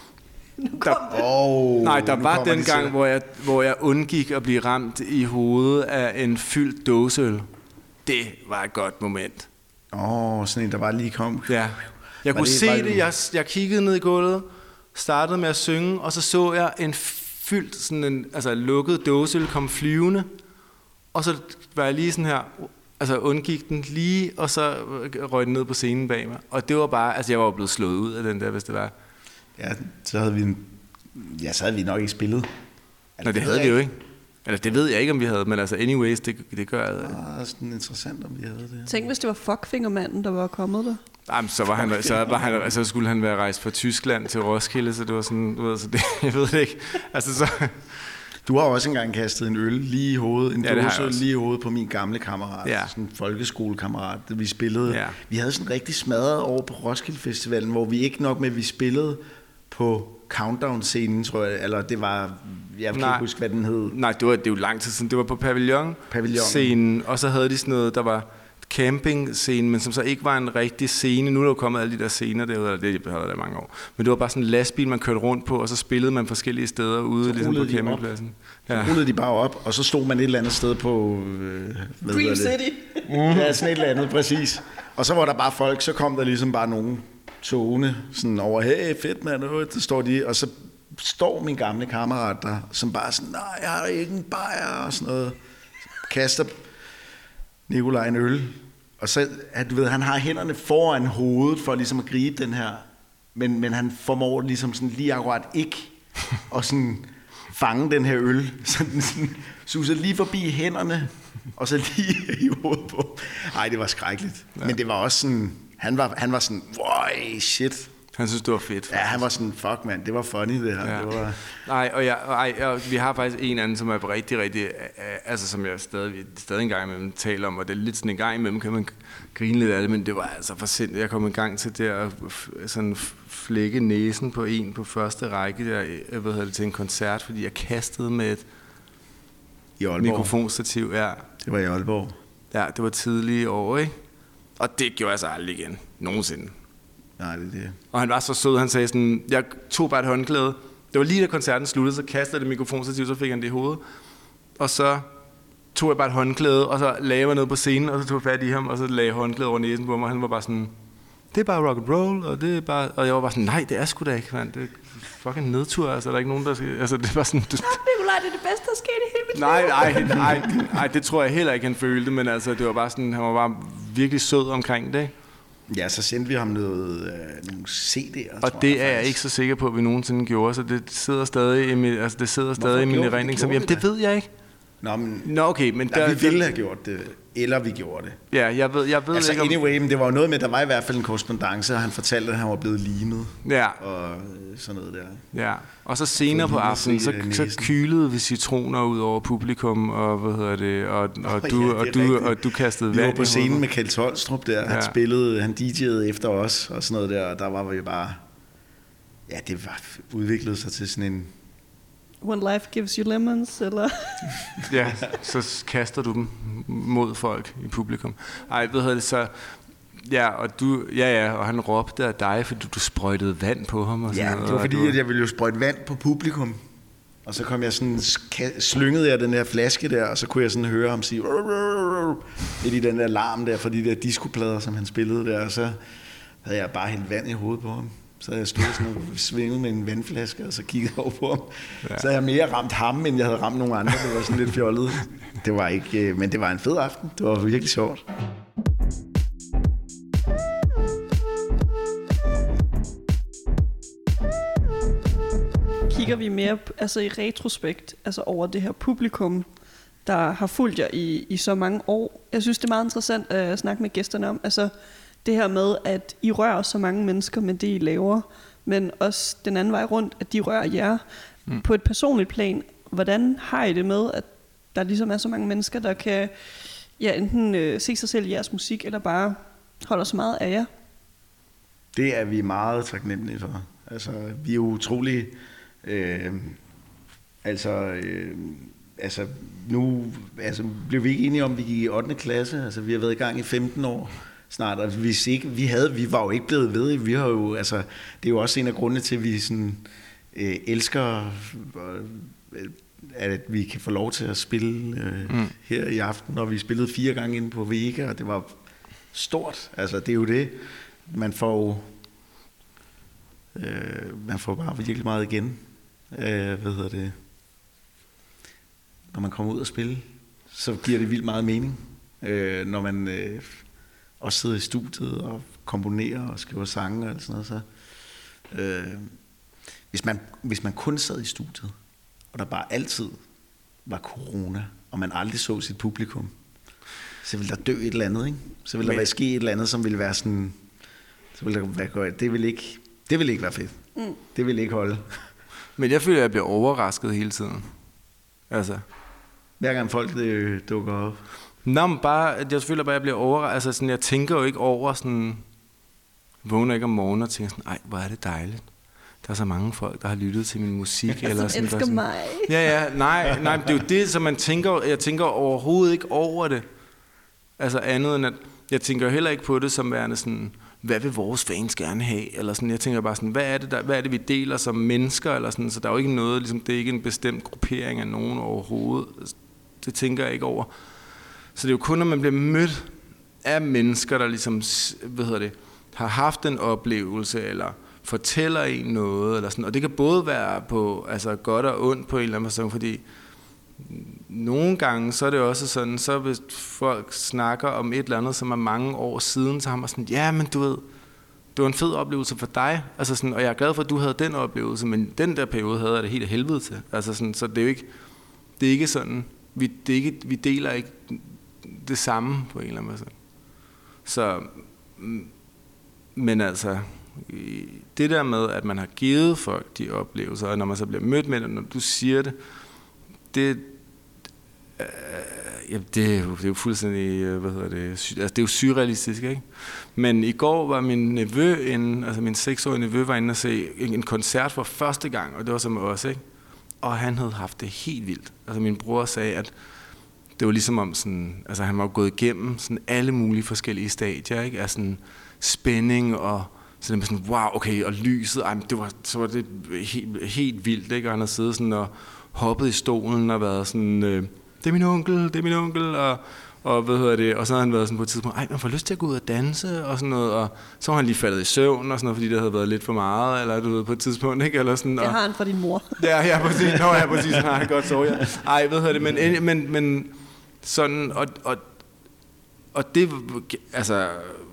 Der, oh, Nej, der var den gang, hvor jeg, hvor jeg undgik at blive ramt i hovedet af en fyldt dåseøl. Det var et godt moment. Åh, oh, sådan en, der bare lige kom. Ja. Jeg kunne det, se det, det. Jeg, jeg kiggede ned i gulvet, startede med at synge, og så så jeg en fyldt, sådan en altså lukket dåseøl kom flyvende, og så var jeg lige sådan her, altså undgik den lige, og så røg den ned på scenen bag mig. Og det var bare, altså jeg var blevet slået ud af den der, hvis det var. Ja, så havde vi en, ja, så havde vi nok ikke spillet. Altså, Nå, det havde vi jo ikke. Eller det ved jeg ikke, om vi havde, men altså anyways, det, det gør jeg. Det var sådan interessant, om vi havde det. Tænk, hvis det var fuckfingermanden, der var kommet der. Jamen, så var han, så var han, altså skulle han være rejst fra Tyskland til Roskilde, så det var sådan, du ved, så det, jeg ved det ikke. Altså så... Du har også engang kastet en øl lige i hovedet, en ja, dåse lige i hovedet på min gamle kammerat, ja. Sådan en folkeskolekammerat, vi spillede. Ja. Vi havde sådan rigtig smadret over på Roskilde Festivalen, hvor vi ikke nok med, at vi spillede på Countdown-scenen, tror jeg, eller det var, jeg kan nej, ikke huske, hvad den hed. Nej, det var, det var jo lang tid siden, det var på Pavillon-scenen, og så havde de sådan noget, der var camping-scene, men som så ikke var en rigtig scene. Nu er der jo kommet alle de der scener derude, eller det har været der i mange år. Men det var bare sådan en lastbil, man kørte rundt på, og så spillede man forskellige steder ude ligesom på campingpladsen. Ja. Så rullede de bare op, og så stod man et eller andet sted på... Øh, Dream City. Ja, sådan et eller andet, præcis. Og så var der bare folk, så kom der ligesom bare nogen togene sådan over, hey, fedt mand, det står de, og så står min gamle kammerat der, som bare sådan, nej, jeg har ikke en bajer, og sådan noget. Kaster Nikolaj en øl, og så, at du ved, han har hænderne foran hovedet for ligesom at gribe den her, men, men han formår ligesom sådan lige akkurat ikke og sådan fange den her øl, sådan, sådan suser lige forbi hænderne, og så lige i hovedet på. Ej, det var skrækkeligt. Ja. Men det var også sådan, han var, han var sådan, wow, shit. Han synes, det var fedt. Faktisk. Ja, han var sådan, fuck mand, det var funny det her. Ja. Det var... Nej, og, jeg, og, ej, og vi har faktisk en anden, som er rigtig, rigtig, altså som jeg stadig, stadig en gang imellem taler om, og det er lidt sådan en gang imellem, kan man grine lidt af det, men det var altså for sindssygt. Jeg kom en gang til der at sådan flække næsen på en på første række der, jeg ved det, til en koncert, fordi jeg kastede med et mikrofonstativ. Ja. Det var i Aalborg. Ja, det var tidlige år, ikke? Og det gjorde jeg så aldrig igen. Nogensinde. Nej, det er det. Og han var så sød, han sagde sådan, jeg tog bare et håndklæde. Det var lige da koncerten sluttede, så kastede jeg det mikrofonstativ, så fik han det i hovedet. Og så tog jeg bare et håndklæde, og så lagde jeg noget på scenen, og så tog jeg fat i ham, og så lagde jeg håndklæde over næsen på mig, og han var bare sådan, det er bare rock and roll, og det er bare, og jeg var bare sådan, nej, det er sgu da ikke, man. Det er fucking nedtur, altså, der er ikke nogen, der skal, altså, det var sådan, du... Nikolaj, det er det bedste, der skete i hele mit nej, nej, nej, nej, det tror jeg heller ikke, han følte, men altså, det var bare sådan, han var bare virkelig sød omkring det, ikke? Ja, så sendte vi ham noget, øh, nogle C D'er. Og det er jeg ikke så sikker på, at vi nogensinde gjorde, så det sidder stadig i min, altså det sidder stadig i min erindring, som jamen det ved jeg ikke. Nå, men, Nå okay, men nej, der, vi ville have gjort det, eller vi gjorde det. Ja, jeg ved, jeg ved altså, ikke om... anyway, men det var jo noget med, der var i hvert fald en korrespondance, og han fortalte, at han var blevet limet. Ja. Og sådan noget der. Ja, og så senere på aftenen, så, så kylede vi citroner ud over publikum, og hvad hedder det, og, og, oh, du, ja, og, du, og du kastede vand. Vi var på scenen med Kjeld Tolstrup der, han ja. spillede, han D J'ede efter os, og sådan noget der, og der var vi bare, ja, det var udviklet sig til sådan en... When life gives you lemons, eller... Ja, så kaster du dem mod folk i publikum. Ej, hvad hedder det så... Ja, og du, ja, ja, og han råbte af dig, fordi du, du sprøjtede vand på ham. Og sådan ja, noget, det var fordi, du... at jeg ville jo sprøjte vand på publikum. Og så kom jeg sådan, slyngede jeg den der flaske der, og så kunne jeg sådan høre ham sige, lidt i den der larm der, fra de der discoplader, som han spillede der, og så havde jeg bare hældt vand i hovedet på ham. Så havde jeg stået sådan og svinget med en vandflaske, og så kiggede jeg over på ham. Ja. Så havde jeg mere ramt ham, end jeg havde ramt nogle andre. Det var sådan lidt fjollet. Det var ikke, men det var en fed aften. Det var virkelig sjovt. Kigger vi mere altså i retrospekt altså over det her publikum, der har fulgt jer i, i så mange år. Jeg synes, det er meget interessant at snakke med gæsterne om. Altså det her med, at I rører så mange mennesker med det, I laver, men også den anden vej rundt, at de rører jer mm. på et personligt plan. Hvordan har I det med, at der ligesom er så mange mennesker, der kan ja, enten øh, se sig selv i jeres musik, eller bare holder så meget af jer? Det er vi meget taknemmelige for. Altså, vi er utrolig... Øh, altså... Øh, altså nu altså, blev vi ikke enige om, at vi gik i ottende klasse. Altså, vi har været i gang i femten år snart, og hvis ikke, vi, havde, vi var jo ikke blevet ved. Vi har jo, altså, det er jo også en af grundene til, at vi sådan, øh, elsker, øh, at vi kan få lov til at spille øh, mm. her i aften. Og vi spillede fire gange inde på Vega, og det var stort. Altså, det er jo det. Man får øh, man får bare virkelig meget igen. Øh, hvad hedder det? Når man kommer ud og spille, så giver det vildt meget mening. Øh, når man øh, også sidder i studiet og komponerer og skriver sange og sådan noget, så øh, hvis man hvis man kun sad i studiet, og der bare altid var corona, og man aldrig så sit publikum, så ville der dø et eller andet, ikke? Så ville der være ske et eller andet, som ville være sådan, så ville der være godt. Det ville ikke, det ville ikke være fedt. Mm. Det ville ikke holde. Men jeg føler, at jeg bliver overrasket hele tiden. Altså. Hver gang folk øh, dukker op. Nå, men bare, jeg føler bare, at jeg bliver overrasket. Altså, sådan, jeg tænker jo ikke over sådan, vågner ikke om morgenen og tænker sådan, ej, hvor er det dejligt. Der er så mange folk, der har lyttet til min musik. Eller eller som sådan, elsker sådan, mig. Ja, ja, nej, nej, det er jo det, som man tænker, jeg tænker overhovedet ikke over det. Altså andet end, at jeg tænker heller ikke på det som værende sådan, hvad vil vores fans gerne have? Eller sådan, jeg tænker bare sådan, hvad er det, der, hvad er det vi deler som mennesker? Eller sådan, så der er jo ikke noget, ligesom, det er ikke en bestemt gruppering af nogen overhovedet. Det tænker jeg ikke over. Så det er jo kun, når man bliver mødt af mennesker, der ligesom, hvad hedder det, har haft en oplevelse, eller fortæller en noget, eller sådan. Og det kan både være på, altså godt og ondt på en eller anden person, fordi nogle gange, så er det også sådan, så hvis folk snakker om et eller andet, som er mange år siden, så har man sådan, ja, men du ved, det var en fed oplevelse for dig, altså sådan, og jeg er glad for, at du havde den oplevelse, men den der periode havde jeg det helt af helvede til, altså sådan, så det er jo ikke, det er ikke sådan, vi, det er ikke, vi deler ikke det samme på en eller anden måde. Så, men altså, det der med, at man har givet folk de oplevelser, og når man så bliver mødt med det, når du siger det, det, øh, ja, det, er jo, det er jo fuldstændig, hvad hedder det, altså det er jo surrealistisk, ikke? Men i går var min nevø, en, altså min seksårige nevø, var inde og se en, en koncert for første gang, og det var så med os, ikke? Og han havde haft det helt vildt. Altså min bror sagde, at det var ligesom om sådan, altså han var gået igennem sådan alle mulige forskellige stadier, ikke? Af sådan spænding og så det var sådan, wow, okay, og lyset, ej, det var, så var det helt, helt vildt, ikke? Og han havde siddet sådan og hoppet i stolen og været sådan, øh, det er min onkel, det er min onkel, og, og hvad hedder det, og så havde han været sådan på et tidspunkt, ej, man får lyst til at gå ud og danse, og sådan noget, og så var han lige faldet i søvn, og sådan noget, fordi det havde været lidt for meget, eller du ved, på et tidspunkt, ikke? Eller sådan, det og, har han fra din mor. Ja, ja, præcis, nå, ja, præcis, han har han godt sovet, ja. Ej, hvad hedder det, men, men, men sådan, og, og, og det, altså,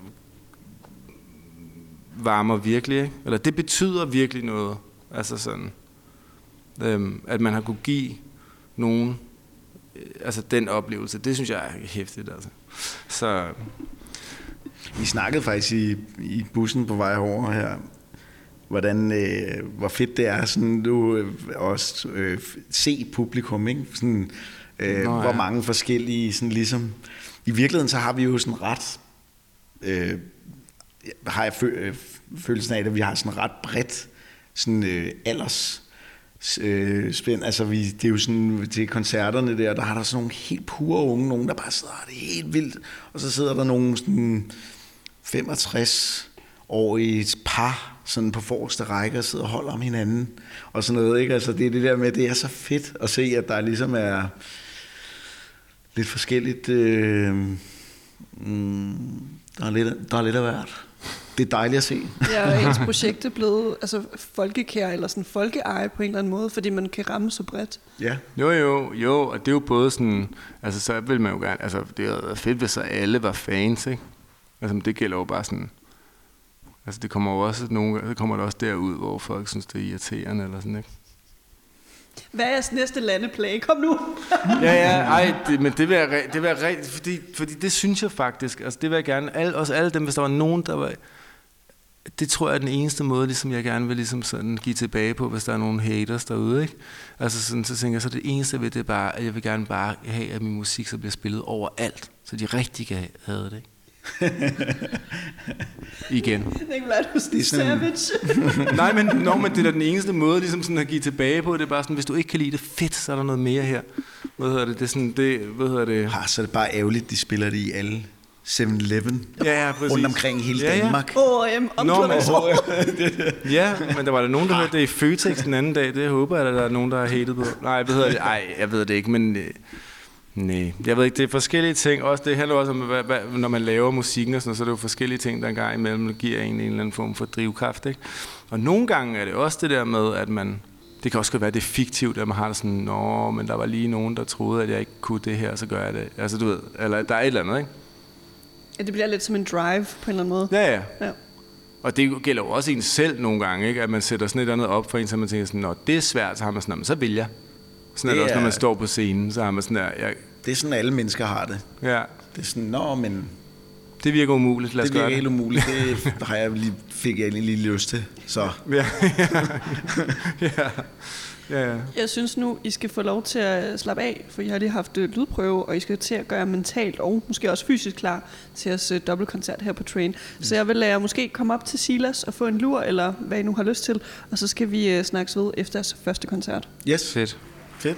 varmer virkelig, ikke? Eller det betyder virkelig noget, altså sådan, øhm, at man har kunne give nogen, altså den oplevelse, det synes jeg er hæftigt, altså. Så vi snakkede faktisk i, i bussen på vej over her, hvordan, øh, hvor fedt det er sådan nu øh, også øh, se publikum, ikke? Sådan, øh, Nå, ja. Hvor mange forskellige, sådan ligesom, i virkeligheden så har vi jo sådan ret, øh, har jeg fø- øh, følelsen af, at vi har sådan ret bredt sådan øh, alders øh, spænd. Altså vi, det er jo sådan til koncerterne der, der har der sådan nogle helt pure unge, nogen der bare sidder, det er helt vildt, og så sidder der nogle sådan femogtres-årige par sådan på forreste række og sidder og holder om hinanden og sådan noget, ikke? Altså det er det der med, det er så fedt at se, at der ligesom er lidt forskelligt, øh, mm, der er lidt, der er lidt af hvert. Det er dejligt at se. Ja, og ens projekt er blevet altså, folkekær eller sådan folkeeje på en eller anden måde, fordi man kan ramme så bredt. Ja. Jo, jo, jo, og det er jo både sådan, altså så vil man jo gerne, altså det er fedt, hvis så alle var fans, ikke? Altså det gælder jo bare sådan, altså det kommer jo også nogle, det kommer der også derud, hvor folk synes, det er irriterende eller sådan, ikke? Hvad er jeres næste landeplage? Kom nu! ja, ja, ej, det, men det vil jeg, det vil jeg rigtig, fordi, fordi det synes jeg faktisk, altså det vil jeg gerne, alle, også alle dem, hvis der var nogen, der var, det tror jeg er den eneste måde, ligesom jeg gerne vil ligesom sådan give tilbage på, hvis der er nogle haters derude, ikke? Altså sådan, så tænker jeg, så det eneste ved det er bare, at jeg vil gerne bare have, at min musik så bliver spillet overalt, så de rigtig kan have det, ikke? Igen. Nikolaj, du er savage. Nej, men, no, men det er den eneste måde ligesom sådan at give tilbage på. Det er bare sådan, hvis du ikke kan lide det, fedt, så er der noget mere her. hvad hedder det, det er sådan, det, hvad hedder det? Ah, så er det bare ærgerligt, de spiller det i alle seven eleven ja, ja, præcis. rundt omkring hele ja, ja. Danmark. H og M, omklædningsrum. Ja, men der var der nogen, der hørte det i Føtex den anden dag. Det håber jeg, at der er nogen, der har hatet på. Nej, hvad hedder det? Ej, jeg ved det ikke, men... Øh, nej, jeg ved ikke, det er forskellige ting. Også, det handler også om, hvad, hvad, når man laver musikken og sådan noget, så er det jo forskellige ting, der engang imellem giver en en eller anden form for drivkraft, ikke? Og nogle gange er det også det der med, at man... Det kan også godt være, at det er fiktivt, at man har det sådan, nå, men der var lige nogen, der troede, at jeg ikke kunne det her, så gør jeg det. Altså, du ved, eller der er et eller andet, ikke? Ja, det bliver lidt som en drive på en eller anden måde. Ja, ja. ja. Og det gælder jo også en selv nogle gange, ikke? At man sætter sådan et eller andet op for en, så man tænker sådan, nå, det er svært, så har man sådan, men så vil jeg. Sådan er det også, når man står på scenen, så har man sådan der... Jeg... Det er sådan, alle mennesker har det. Ja. Det er sådan, nå, men... Det virker umuligt, lad os det gøre det. Det virker helt umuligt, det har jeg lige, fik jeg lige lyst til, så... Ja, ja, ja. Ja, ja. Jeg synes nu, I skal få lov til at slappe af, for I har lige haft uh, lydprøve, og I skal til at gøre mentalt og måske også fysisk klar til jeres uh, dobbeltkoncert her på Train. Mm. Så jeg vil lade jer måske komme op til Silas og få en lur, eller hvad I nu har lyst til, og så skal vi uh, snakkes ved efter jeres første koncert. Yes. Fedt. Fedt.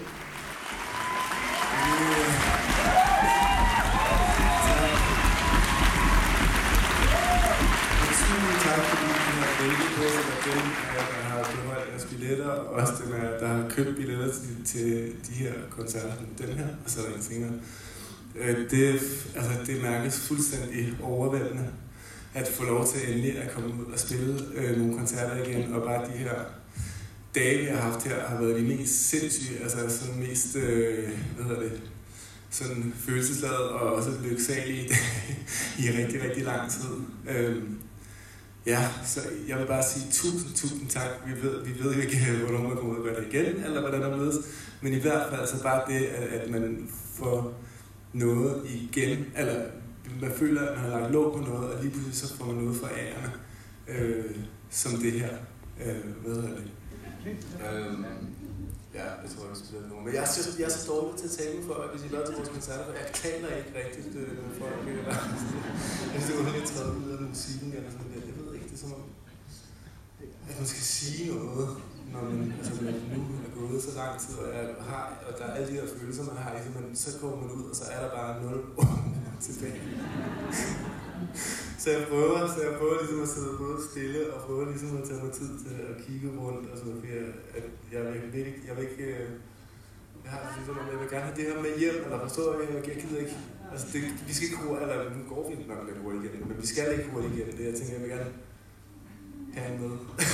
Billetter, og også den er, der har købt billetter til, til de her koncerter, den her, og så er der en finger. Det, altså, det mærkes fuldstændig overvældende, at få lov til endelig at komme ud og spille øh, nogle koncerter igen, og bare de her dage, vi har haft her, har været de mest sindssyge, altså sådan mest, øh, hvad hedder det, sådan følelsesladet og også lyksalige i rigtig, rigtig lang tid. Øh, Ja, så jeg vil bare sige tusind, tusind tak. Vi ved, vi ved jo ikke, hvornår man kommer ud og gøre det igen, eller hvordan der mødes. Men i hvert fald så bare det, at man får noget igen, eller man føler, at man har lagt låg på noget, og lige pludselig så får man noget fra ærerne, øh, som det her. Øh, hvad hedder det? Um, ja, jeg tror, jeg skal spille nogen. Men jeg er, så, jeg er så dårlig til at tale med folk, hvis I laver til vores koncerter, for jeg taler ikke rigtigt med folk. Eller, jeg synes, det var lidt træet ud af musikken, eller sådan der. Det er som om, at man skal sige noget, når man, altså, man nu er gået så lang tid, og, er, har, og der er alle de her følelser, man har i sig, men så kommer man ud, og så er der bare nul tilbage. Så jeg prøver, så jeg prøver ligesom at sidde både stille, og prøver ligesom at tage mig tid til at kigge rundt, og sådan, for jeg, at jeg vil ikke, jeg vil ikke, jeg har ligesom, jeg vil gerne have det her med hjem, eller forstår jeg, jeg, jeg gider ikke, altså det, vi skal ikke hurtigt, eller nu går vi nok lidt hurtigt igen, men vi skal ikke hurtigt igen, det jeg tænker, jeg vil gerne have med.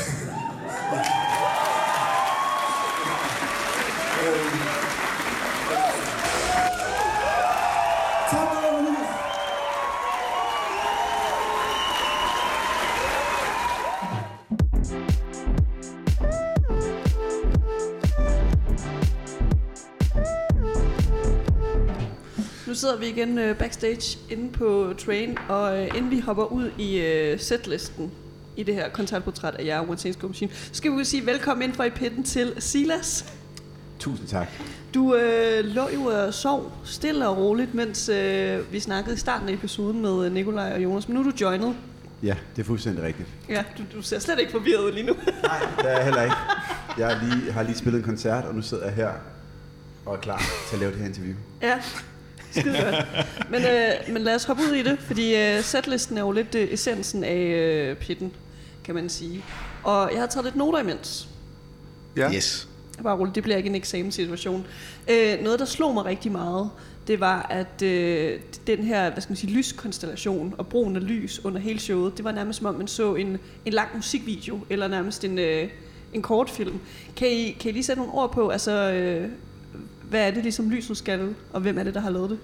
Nu sidder vi igen øh, backstage inde på Train, og øh, inden vi hopper ud i øh, setlisten i det her koncertportræt af jer, One Chain Smoke Machine, så skal vi sige velkommen ind fra i pitten til Silas. Tusind tak. Du øh, lå jo og sov stille og roligt, mens øh, vi snakkede i starten af episoden med Nikolaj og Jonas, men nu er du joinet. Ja, det er fuldstændig rigtigt. Ja, du, du ser slet ikke forvirret ud lige nu. Nej, det er jeg heller ikke. Jeg har lige, har lige spillet en koncert, og nu sidder jeg her og er klar til at lave det her interview. Ja, skide godt. Men, øh, men lad os hoppe ud i det, fordi øh, setlisten er jo lidt øh, essensen af øh, pitten, kan man sige. Og jeg har taget lidt noter imens. Ja. Yes. Bare roligt, det bliver ikke en eksamenssituation. Øh, noget, der slog mig rigtig meget, det var, at øh, den her, hvad skal man sige, lyskonstellation og brugen af lys under hele showet, det var nærmest som om, man så en, en lang musikvideo, eller nærmest en, øh, en kortfilm. Kan I, kan I lige sætte nogle ord på, altså, øh, hvad er det ligesom lyset skal, og hvem er det, der har lavet det?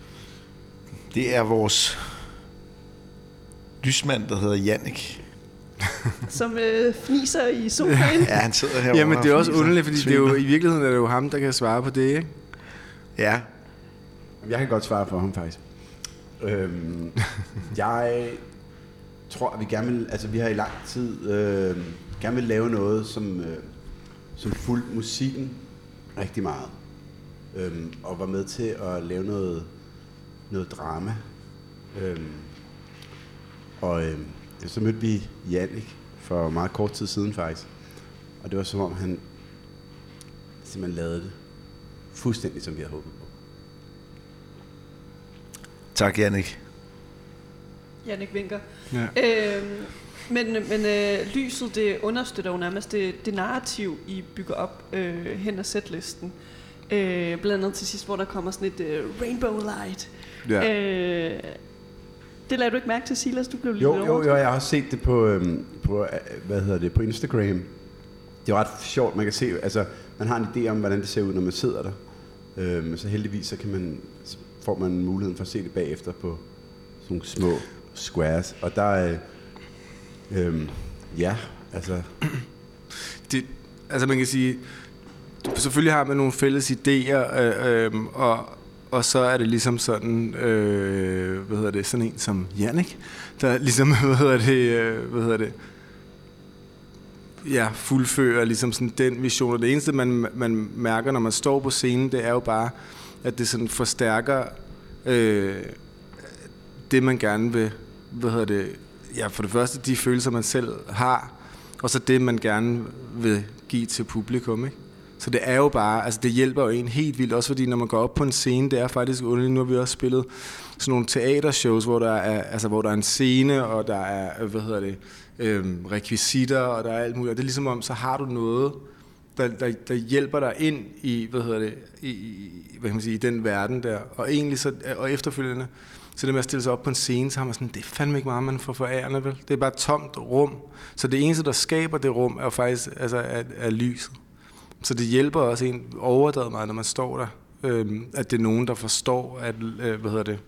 Det er vores lysmand, der hedder Jannik. Som øh, fniser i sofaen. Ja, han sidder herovre. Jamen, det er også underligt, fordi det er jo, i virkeligheden er det jo ham, der kan svare på det, ikke? Ja. Jeg kan godt svare for ham, faktisk. Øhm, jeg tror, at vi gerne vil, altså vi har i lang tid øh, gerne vil lave noget, som, øh, som fulgte musikken rigtig meget. Øhm, og var med til at lave noget, noget drama. Øhm, og øh, så mødte vi Jannik for meget kort tid siden, faktisk. Og det var som om, han simpelthen lavede det fuldstændig, som vi havde håbet på. Tak, Jannik. Jannik vinker. Ja. Øhm, men men øh, lyset, det understøtter jo nærmest det, det narrativ, I bygger op øh, hen ad setlisten. Øh, blandt andet til sidst, hvor der kommer sådan et øh, rainbow light. Ja. Øh, det lader du ikke mærke til, Silas? Du blev lidt Jo, jo, jo, overrasket. jeg har også set det på, øhm, på, hvad hedder det, på Instagram. Det er ret sjovt, man kan se, altså, man har en idé om, hvordan det ser ud, når man sidder der. Øhm, så heldigvis, så kan man, så får man muligheden for at se det bagefter på sådan nogle små squares. Og der er, øh, øhm, ja, altså... Det, altså man kan sige, selvfølgelig har man nogle fælles idéer, øh, øh, og, og så er det ligesom sådan, øh, hvad hedder det, sådan en som Jannik, der ligesom, hvad hedder det, øh, hvad hedder det, ja, fuldfører ligesom sådan den vision. Og det eneste, man, man mærker, når man står på scenen, det er jo bare, at det sådan forstærker øh, det, man gerne vil, hvad hedder det, ja, for det første de følelser, man selv har, og så det, man gerne vil give til publikum, ikke? Så det er jo bare, altså det hjælper jo en helt vildt, også fordi når man går op på en scene, det er faktisk underligt. Nu har vi også spillet sådan nogle teatershows, hvor der er, altså hvor der er en scene, og der er, hvad hedder det, øhm, rekvisitter, og der er alt muligt. Og det er ligesom om, så har du noget, der, der, der hjælper dig ind i, hvad hedder det, i, hvad kan man sige, i den verden der. Og egentlig så, og efterfølgende, så det med at stille sig op på en scene, så har man sådan, det er fandme ikke meget, man får forærende, vel? Det er bare et tomt rum. Så det eneste, der skaber det rum, er jo faktisk, altså, er, er lyset. Så det hjælper også en overdrevet meget, når man står der, øhm, at det er nogen, der forstår, at, øh, hvad hedder det,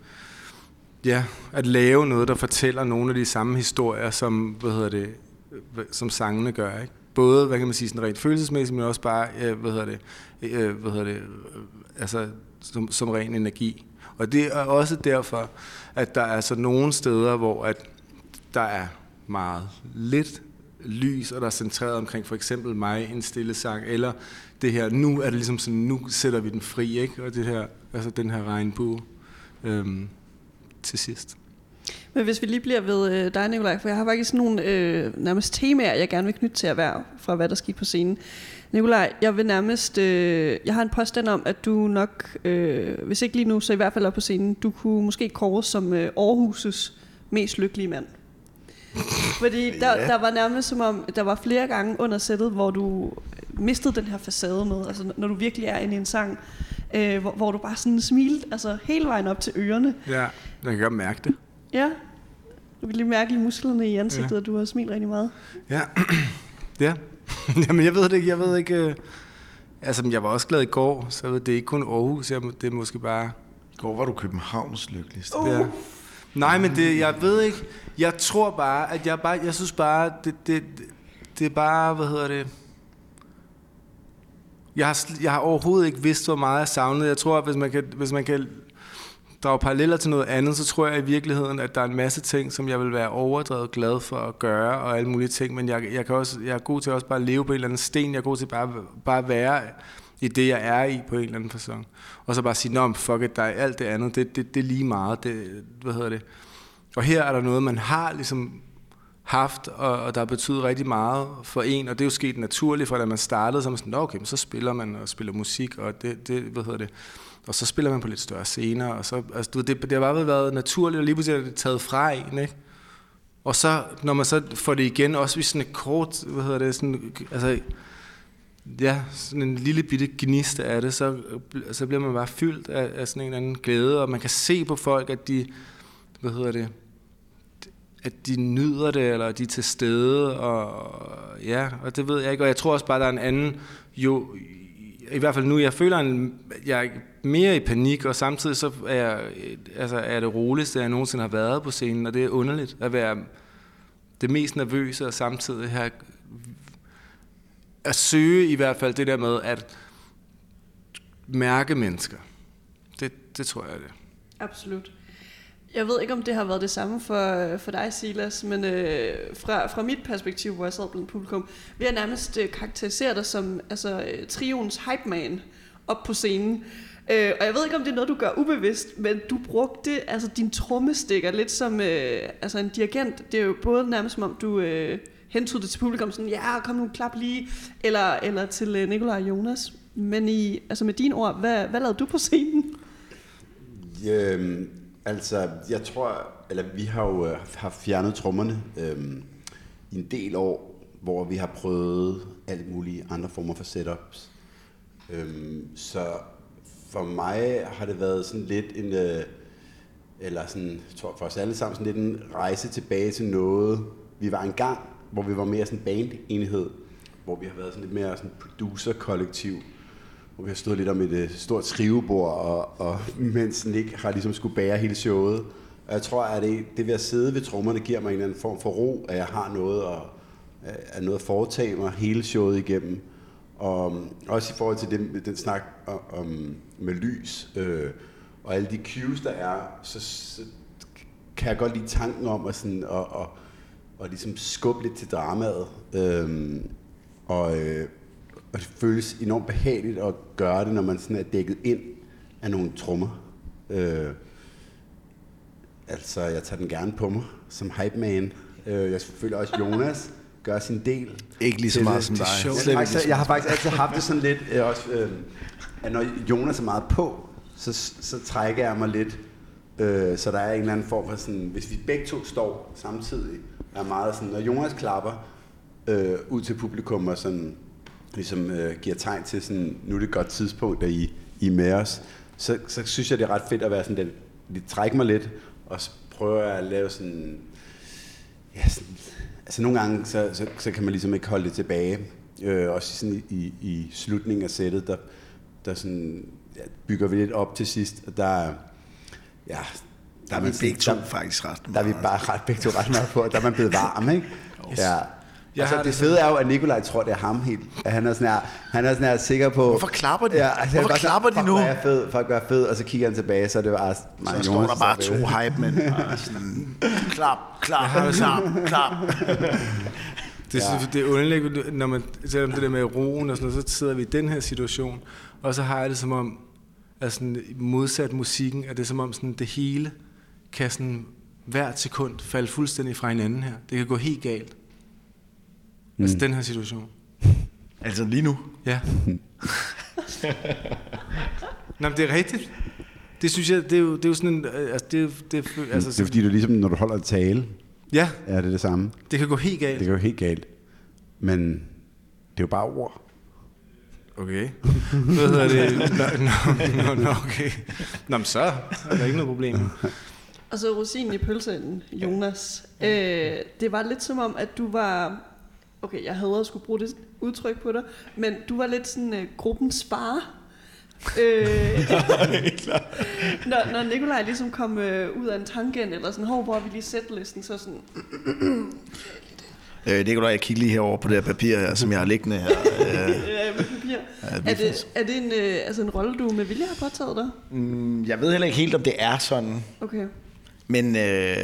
ja, at lave noget, der fortæller nogle af de samme historier, som, hvad hedder det, som sangene gør, ikke? Både, hvad kan man sige, sådan rent følelsesmæssigt, men også bare, øh, hvad hedder det, øh, hvad hedder det, øh, altså som, som ren energi. Og det er også derfor, at der er så nogle steder, hvor at der er meget lidt lys, og der er centreret omkring for eksempel mig, en stille sang, eller det her, nu er det ligesom sådan, nu sætter vi den fri, ikke? Og det her, altså den her regnbue øhm, til sidst. Men hvis vi lige bliver ved øh, dig, Nikolaj, for jeg har faktisk nogle øh, nærmest temaer, jeg gerne vil knytte til erhverv, fra hvad der skete på scenen. Nikolaj, jeg vil nærmest, øh, jeg har en påstand om, at du nok, øh, hvis ikke lige nu, så i hvert fald op på scenen, du kunne måske kåres som øh, Aarhus' mest lykkelige mand. Fordi der, ja. der var nærmest som om, der var flere gange under sættet, hvor du mistede den her facade med, altså når du virkelig er inde i en sang, øh, hvor, hvor du bare sådan smilte, altså hele vejen op til ørerne. Ja, jeg kan godt mærke det. Ja, du kan lige mærke i musklerne i ansigtet, Ja. at du har smilt rigtig meget. Ja, ja. Jamen jeg ved det ikke, jeg ved ikke, øh, altså jeg var også glad i går, så jeg ved, det er ikke kun Aarhus, jeg, det er måske bare... I går var du Københavns lykkeligste. Uh. Ja. Nej, men det, jeg ved ikke, jeg tror bare, at jeg bare, jeg synes bare, det, det, det, det er bare, hvad hedder det, jeg har, jeg har overhovedet ikke vidst, hvor meget jeg savnede. Jeg tror, at hvis man kan, hvis man kan drage paralleller til noget andet, så tror jeg i virkeligheden, at der er en masse ting, som jeg vil være overdrevet glad for at gøre, og alle mulige ting, men jeg, jeg, kan også, jeg er god til også bare at leve på en eller anden sten, jeg er god til bare, bare at være i det, jeg er i på en eller anden facon. Og så bare sige, nå, fuck it, der er alt det andet, det, det, det er lige meget, det, hvad hedder det. Og her er der noget, man har ligesom haft, og, og der betyder rigtig meget for en, og det er jo sket naturligt, fra da man startede, så man sådan, okay, så spiller man og spiller musik, og det, det, hvad hedder det, og så spiller man på lidt større scener, og så, altså, du ved, det, det har bare været naturligt, og lige pludselig er det taget fra en, ikke? Og så, når man så får det igen, også i sådan et kort, hvad hedder det, sådan, altså, ja, sådan en lille bitte gnist af det, så, så bliver man bare fyldt af, af sådan en eller anden glæde, og man kan se på folk, at de, hvad hedder det, at de nyder det, eller de er til stede, og ja, og det ved jeg ikke, og jeg tror også bare, der er en anden, jo, i hvert fald nu, jeg føler, en, jeg er mere i panik, og samtidig så er jeg, altså er det roligste, jeg nogensinde har været på scenen, og det er underligt at være det mest nervøse, og samtidig have, at søge i hvert fald det der med, at mærke mennesker. Det, det tror jeg er det. Absolut. Jeg ved ikke, om det har været det samme for, for dig, Silas, men øh, fra, fra mit perspektiv, hvor jeg sad blandt publikum, vil jeg nærmest øh, karakterisere dig som altså, øh, trioens hype man op på scenen. Øh, og jeg ved ikke, om det er noget, du gør ubevidst, men du brugte altså, din trommestikker lidt som øh, altså, en dirigent. Det er jo både nærmest som om, du øh, hentede det til publikum, sådan, ja, kom nu, klap lige, eller, eller til øh, Nikolaj og Jonas. Men i, altså med dine ord, hvad, hvad lavede du på scenen? Øhm, altså, jeg tror, eller vi har jo øh, har fjernet trommerne øhm, i en del år, hvor vi har prøvet alle mulige andre former for setups. Øhm, så for mig har det været sådan lidt en, øh, eller sådan, jeg tror for os alle sammen, sådan lidt en rejse tilbage til noget. Vi var engang, hvor vi var mere sådan band-enhed, hvor vi har været sådan lidt mere sådan producer-kollektiv, hvor vi har stået lidt om et uh, stort skrivebord, og, og mens Nick har ligesom skulle bære hele showet. Og jeg tror, at det, det ved at sidde ved trommerne giver mig en eller anden form for ro, at jeg har noget at, at, noget at foretage mig hele showet igennem. Og også i forhold til den, den snak om, om, med lys, øh, og alle de cues, der er, så, så kan jeg godt lide tanken om at, sådan, at, at, at ligesom skubbe lidt til dramaet. Øh, og, øh, og det føles enormt behageligt at gøre det, når man sådan er dækket ind af nogle trommer. Øh, altså, jeg tager den gerne på mig som hype man. Øh, jeg føler også, Jonas gør sin del. Ikke lige så meget som dig. Jeg, faktisk, jeg har faktisk altid haft det sådan lidt, øh, også, øh, at når Jonas er meget på, så, så trækker jeg mig lidt, øh, så der er en eller anden form for sådan, hvis vi begge to står samtidig, er meget sådan, når Jonas klapper øh, ud til publikum og sådan, ligesom øh, giver tegn til sådan, nu er det et godt tidspunkt, at I, I er med os, så, så synes jeg, det er ret fedt at være sådan, lidt, lidt trække mig lidt, og så prøver jeg at lave sådan, ja, sådan, altså nogle gange, så, så, så kan man ligesom ikke holde det tilbage. Øh, også sådan i, i, i slutningen af sættet, der, der sådan, ja, bygger vi lidt op til sidst. Og der, ja, der er vi begge to faktisk ret meget. Der er vi bare ret, begge to ret meget på, og der er man blevet varm, ikke? Yes. Ja. Jeg altså, det fede er jo, at Nikolaj tror, det er ham helt. At han er sådan her, han er sådan her sikker på... Hvorfor klapper de? Ja, altså, Hvorfor klapper de nu? Fuck, er fed, fuck, hvad er fed, og så kigger han tilbage, så er det bare... Så står der bare to hype mænd. Klap, klap, klap, klap. Det, ja. det er underligt, når man selvom det der med roen og sådan noget, så sidder vi i den her situation, og så har jeg det som om, at sådan, modsat musikken, at det er som om sådan, det hele kan sådan, hvert sekund falde fuldstændig fra hinanden her. Det kan gå helt galt. Mm. Altså den her situation. Altså lige nu? Ja. Nå, men det er rigtigt. Det synes jeg, det er jo, det er jo sådan en... Altså, det, det, altså, det er fordi, det er ligesom, når du holder en tale. Ja. Ja, det er det samme. Det kan gå helt galt. Det kan gå helt galt. Men det er jo bare ord. Okay. Hvad hedder det? Nå, nå, nå, okay. Nå, men så er der ikke noget problem. Og så rosinen i pølsen, Jonas. Øh, det var lidt som om, at du var... Okay, jeg havde også skulle bruge det udtryk på dig, men du var lidt sådan uh, gruppens sparer. øh, når, når Nikolaj ligesom kom øh, ud af en tangent, eller sådan, hov, hvor vi lige sætte listen, så sådan... øh, Nikolaj, jeg kigger lige herover på det her papir her, som jeg har liggende her. ja, med papir. Ja, er, det, er det en, øh, altså en rolle, du med vilje har påtaget dig? Mm, jeg ved heller ikke helt, om det er sådan. Okay. Men, øh,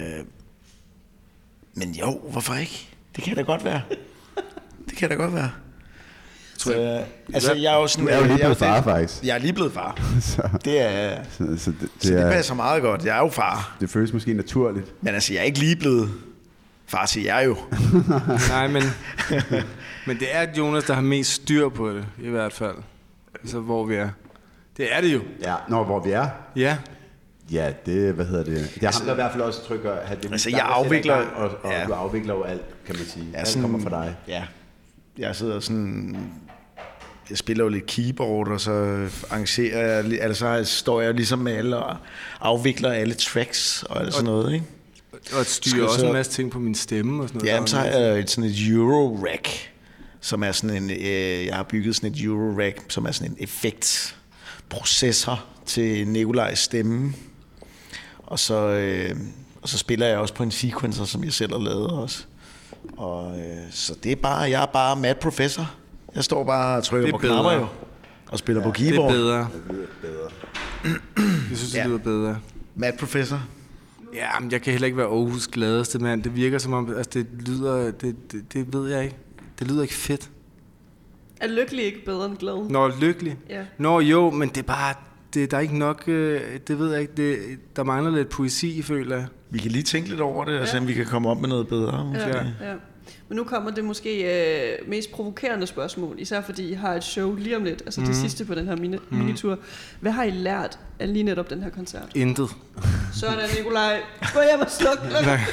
men jo, hvorfor ikke? Det kan da godt være. Det kan da godt være. Så, øh, altså, jeg er jo sådan... Du er jo lige blevet jeg, far, faktisk. Jeg er lige blevet far. så, det er... Så, så, det, det, så det er, passer meget godt. Jeg er jo far. Det føles måske naturligt. Men altså, jeg er ikke lige blevet far til jer jo. Nej, men... Men det er Jonas, der har mest styr på det, i hvert fald. Så hvor vi er. Det er det jo. Ja, når hvor vi er. Ja. Ja, det, hvad hedder det? Det er ham, der i hvert fald også trykker... Det, altså, jeg afvikler... Og, og ja. du afvikler jo alt, kan man sige. Ja, alt sådan, kommer fra dig. Ja. Jeg sidder sådan... Jeg spiller jo lidt keyboard, og så arrangerer jeg... Altså, så står jeg ligesom med alle og afvikler alle tracks og alt sådan noget, ikke? Og styrer også så, en masse ting på min stemme og sådan noget. Ja, så har jeg et, sådan et Euro-rack, som er sådan en... Øh, jeg har bygget sådan et Euro-rack, som er sådan en effektprocessor til Nikolajs stemme. Og så, øh, og så spiller jeg også på en sequencer, som jeg selv har lavet også. Og, øh, så det er bare, jeg er bare mad professor. Jeg står bare og trykker på knapper jo, og spiller ja, på keyboard. Det er bedre. Det lyder bedre. Jeg synes, det ja. lyder bedre. Mad professor. Ja, men jeg kan heller ikke være Aarhus gladeste mand. Det virker som om, altså det lyder, det, det, det ved jeg ikke. Det lyder ikke fedt. Er lykkelig ikke bedre end glad? Nå, lykkelig? Ja. Nå jo, men det er bare, det, der er ikke nok, øh, det ved jeg ikke, det, der mangler lidt poesi, føler jeg. Vi kan lige tænke lidt over det, og Ja. se om vi kan komme op med noget bedre. Måske. Ja, ja. Men nu kommer det måske øh, mest provokerende spørgsmål, især fordi I har et show lige om lidt, altså mm. det sidste på den her mini- mm. minitur. Hvad har I lært af lige netop den her koncert? Intet. Sådan, Nikolaj. Gå hjem og sluk.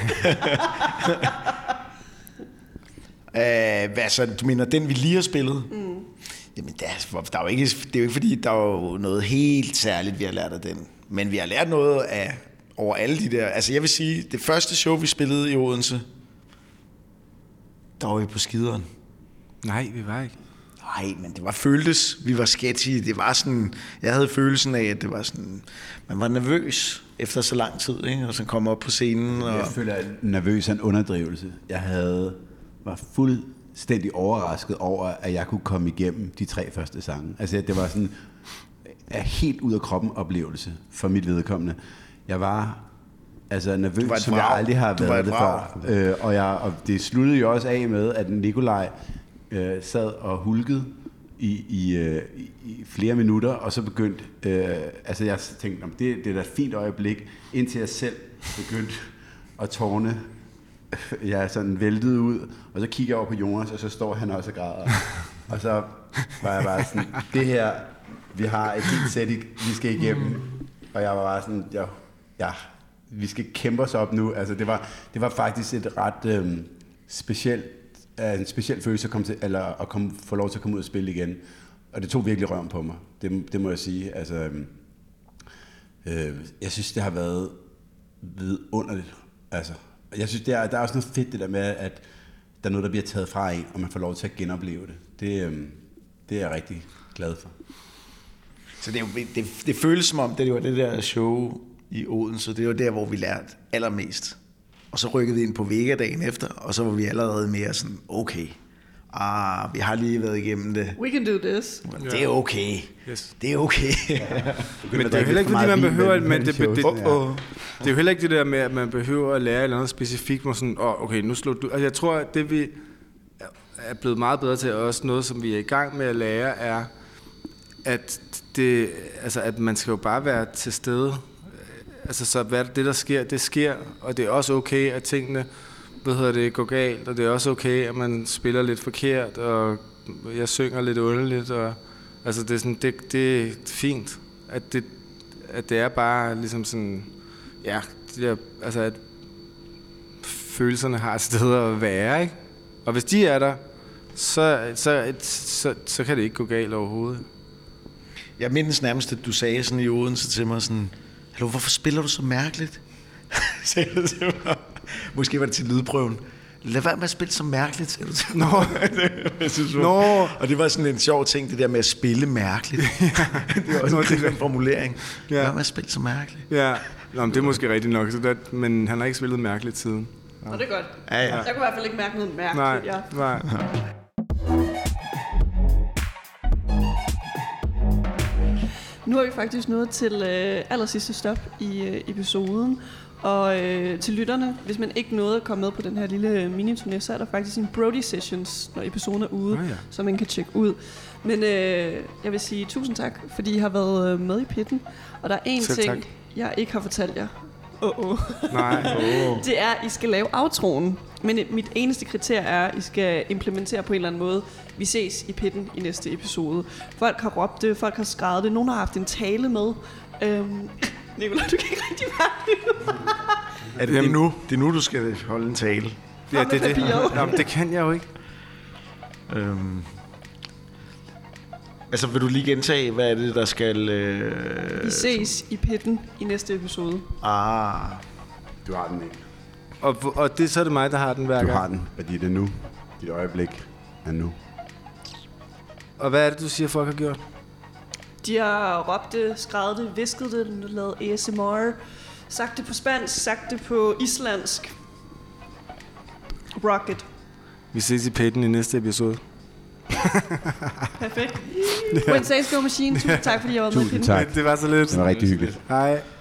Uh, hvad så, du mener, den vi lige har spillet? Mm. Jamen, der, er- der er jo ikke, det er jo ikke fordi, der er jo noget helt særligt, vi har lært af den. Men vi har lært noget af over alle de der... Altså, jeg vil sige, det første show, vi spillede i Odense, der var vi på skideren. Nej, vi var ikke. Nej, men det var føltes, vi var sketchy. Det var sådan, jeg havde følelsen af, at det var sådan, man var nervøs efter så lang tid, ikke? Og så kom op på scenen. Og... Jeg føler, at nervøs er en underdrivelse. Jeg havde, var fuldstændig overrasket over, at jeg kunne komme igennem de tre første sange. Altså, det var sådan en helt ud af kroppen oplevelse for mit vedkommende. Jeg var altså nervøs, som jeg aldrig har været det før. Øh, og, jeg, og det sluttede jo også af med, at Nikolaj øh, sad og hulkede i, i, øh, i flere minutter, og så begyndte, øh, altså jeg tænkte, det, det er da et fint øjeblik, indtil jeg selv begyndte at tårne. Jeg er sådan væltet ud, og så kigger jeg over på Jonas, og så står han også og græder. Og så var jeg bare sådan, det her, vi har et helt sæt, vi skal igennem. Og jeg var bare sådan, ja, ja vi skal kæmpe os op nu. Altså det var, det var faktisk et ret øhm, specielt, en speciel følelse at, komme til, eller at komme, få lov til at komme ud og spille igen. Og det tog virkelig røven på mig, det, det må jeg sige. Altså, øh, jeg synes, det har været vidunderligt. Altså, jeg synes, det er, der er også noget fedt det der med, at der er noget, der bliver taget fra en, og man får lov til at genopleve det. Det, øh, det er jeg rigtig glad for. Så det, er jo, det, det føles som om, det var det der show i Odense, det var der, hvor vi lærte allermest. Og så rykkede vi ind på Vega dagen efter, og så var vi allerede mere sådan, okay, ah, vi har lige været igennem det. We can do this. Det er okay. Yes. Det er okay. Men det er jo heller ikke, fordi man behøver, men det, det, det, oh, oh. det er jo heller ikke det der med, at man behøver at lære et eller andet specifikt, hvor sådan, åh, oh, okay, nu slår du. Altså, jeg tror, at det vi er blevet meget bedre til, også noget, som vi er i gang med at lære, er, at det, altså, at man skal jo bare være til stede. Altså, så hvad det, der sker, det sker, og det er også okay, at tingene, hvad hedder det, går galt, og det er også okay, at man spiller lidt forkert, og jeg synger lidt underligt, og altså, det er sådan, det, det er fint, at det, at det er bare ligesom sådan, ja, det der, altså, at følelserne har et sted at være, ikke? Og hvis de er der, så, så, så, så kan det ikke gå galt overhovedet. Jeg mindes nærmest, at du sagde sådan i Odense til mig sådan, hallo, hvorfor spiller du så mærkeligt? Sagde du til mig. Måske var det til lydprøven. Lad være med at spille så mærkeligt, sagde du til mig. Nå. Nå. Og det var sådan en sjov ting, det der med at spille mærkeligt. Det var også en formulering. Ja. Lad være med at spille så mærkeligt. Ja, Nå, men det er måske rigtigt nok, så det, men han har ikke spillet mærkeligt siden. Ja. Og det er godt. Ja, ja. Jeg kunne i hvert fald ikke mærke noget mærkeligt. Nej, ja. nej. Nu er vi faktisk nået til øh, aller sidste stop i øh, episoden. Og øh, til lytterne, hvis man ikke nåede at komme med på den her lille mini-turné, så er der faktisk en Brody Sessions, når episoden er ude, oh, ja. så man kan tjekke ud. Men øh, jeg vil sige tusind tak, fordi I har været øh, med i pitten. Og der er en Selv ting, tak. jeg ikke har fortalt jer. Oh, oh. Nej. Oh. Det er, at I skal lave outroen. Men mit eneste kriterie er, at I skal implementere på en eller anden måde. Vi ses i pitten i næste episode. Folk har råbt det, folk har skrevet det. Nogen har haft en tale med. Øhm, Nicolaj, du kan ikke rigtig være Er det, det, er nu? Det er nu, du skal holde en tale. Ja, det er det. Jamen, det kan jeg jo ikke. Øhm. Altså, vil du lige gentage, hvad er det, der skal... Øh... Vi ses i pitten i næste episode. Ah. Du har den ikke. Og, og det, så er det mig, der har den hver gang. Du har den, fordi det er nu. Dit øjeblik er nu. Og hvad er det, du siger, folk har gjort? De har råbt det, skrevet det, visket det, lavet A S M R, sagt det på spansk, sagt det på islandsk. Rocket. Vi ses i pitten i næste episode. Perfekt. Wednesday's Go Machine, tusind tak, fordi jeg var med i pitten. Tusind tak. Det var så lidt. Det var rigtig hyggeligt. Hej.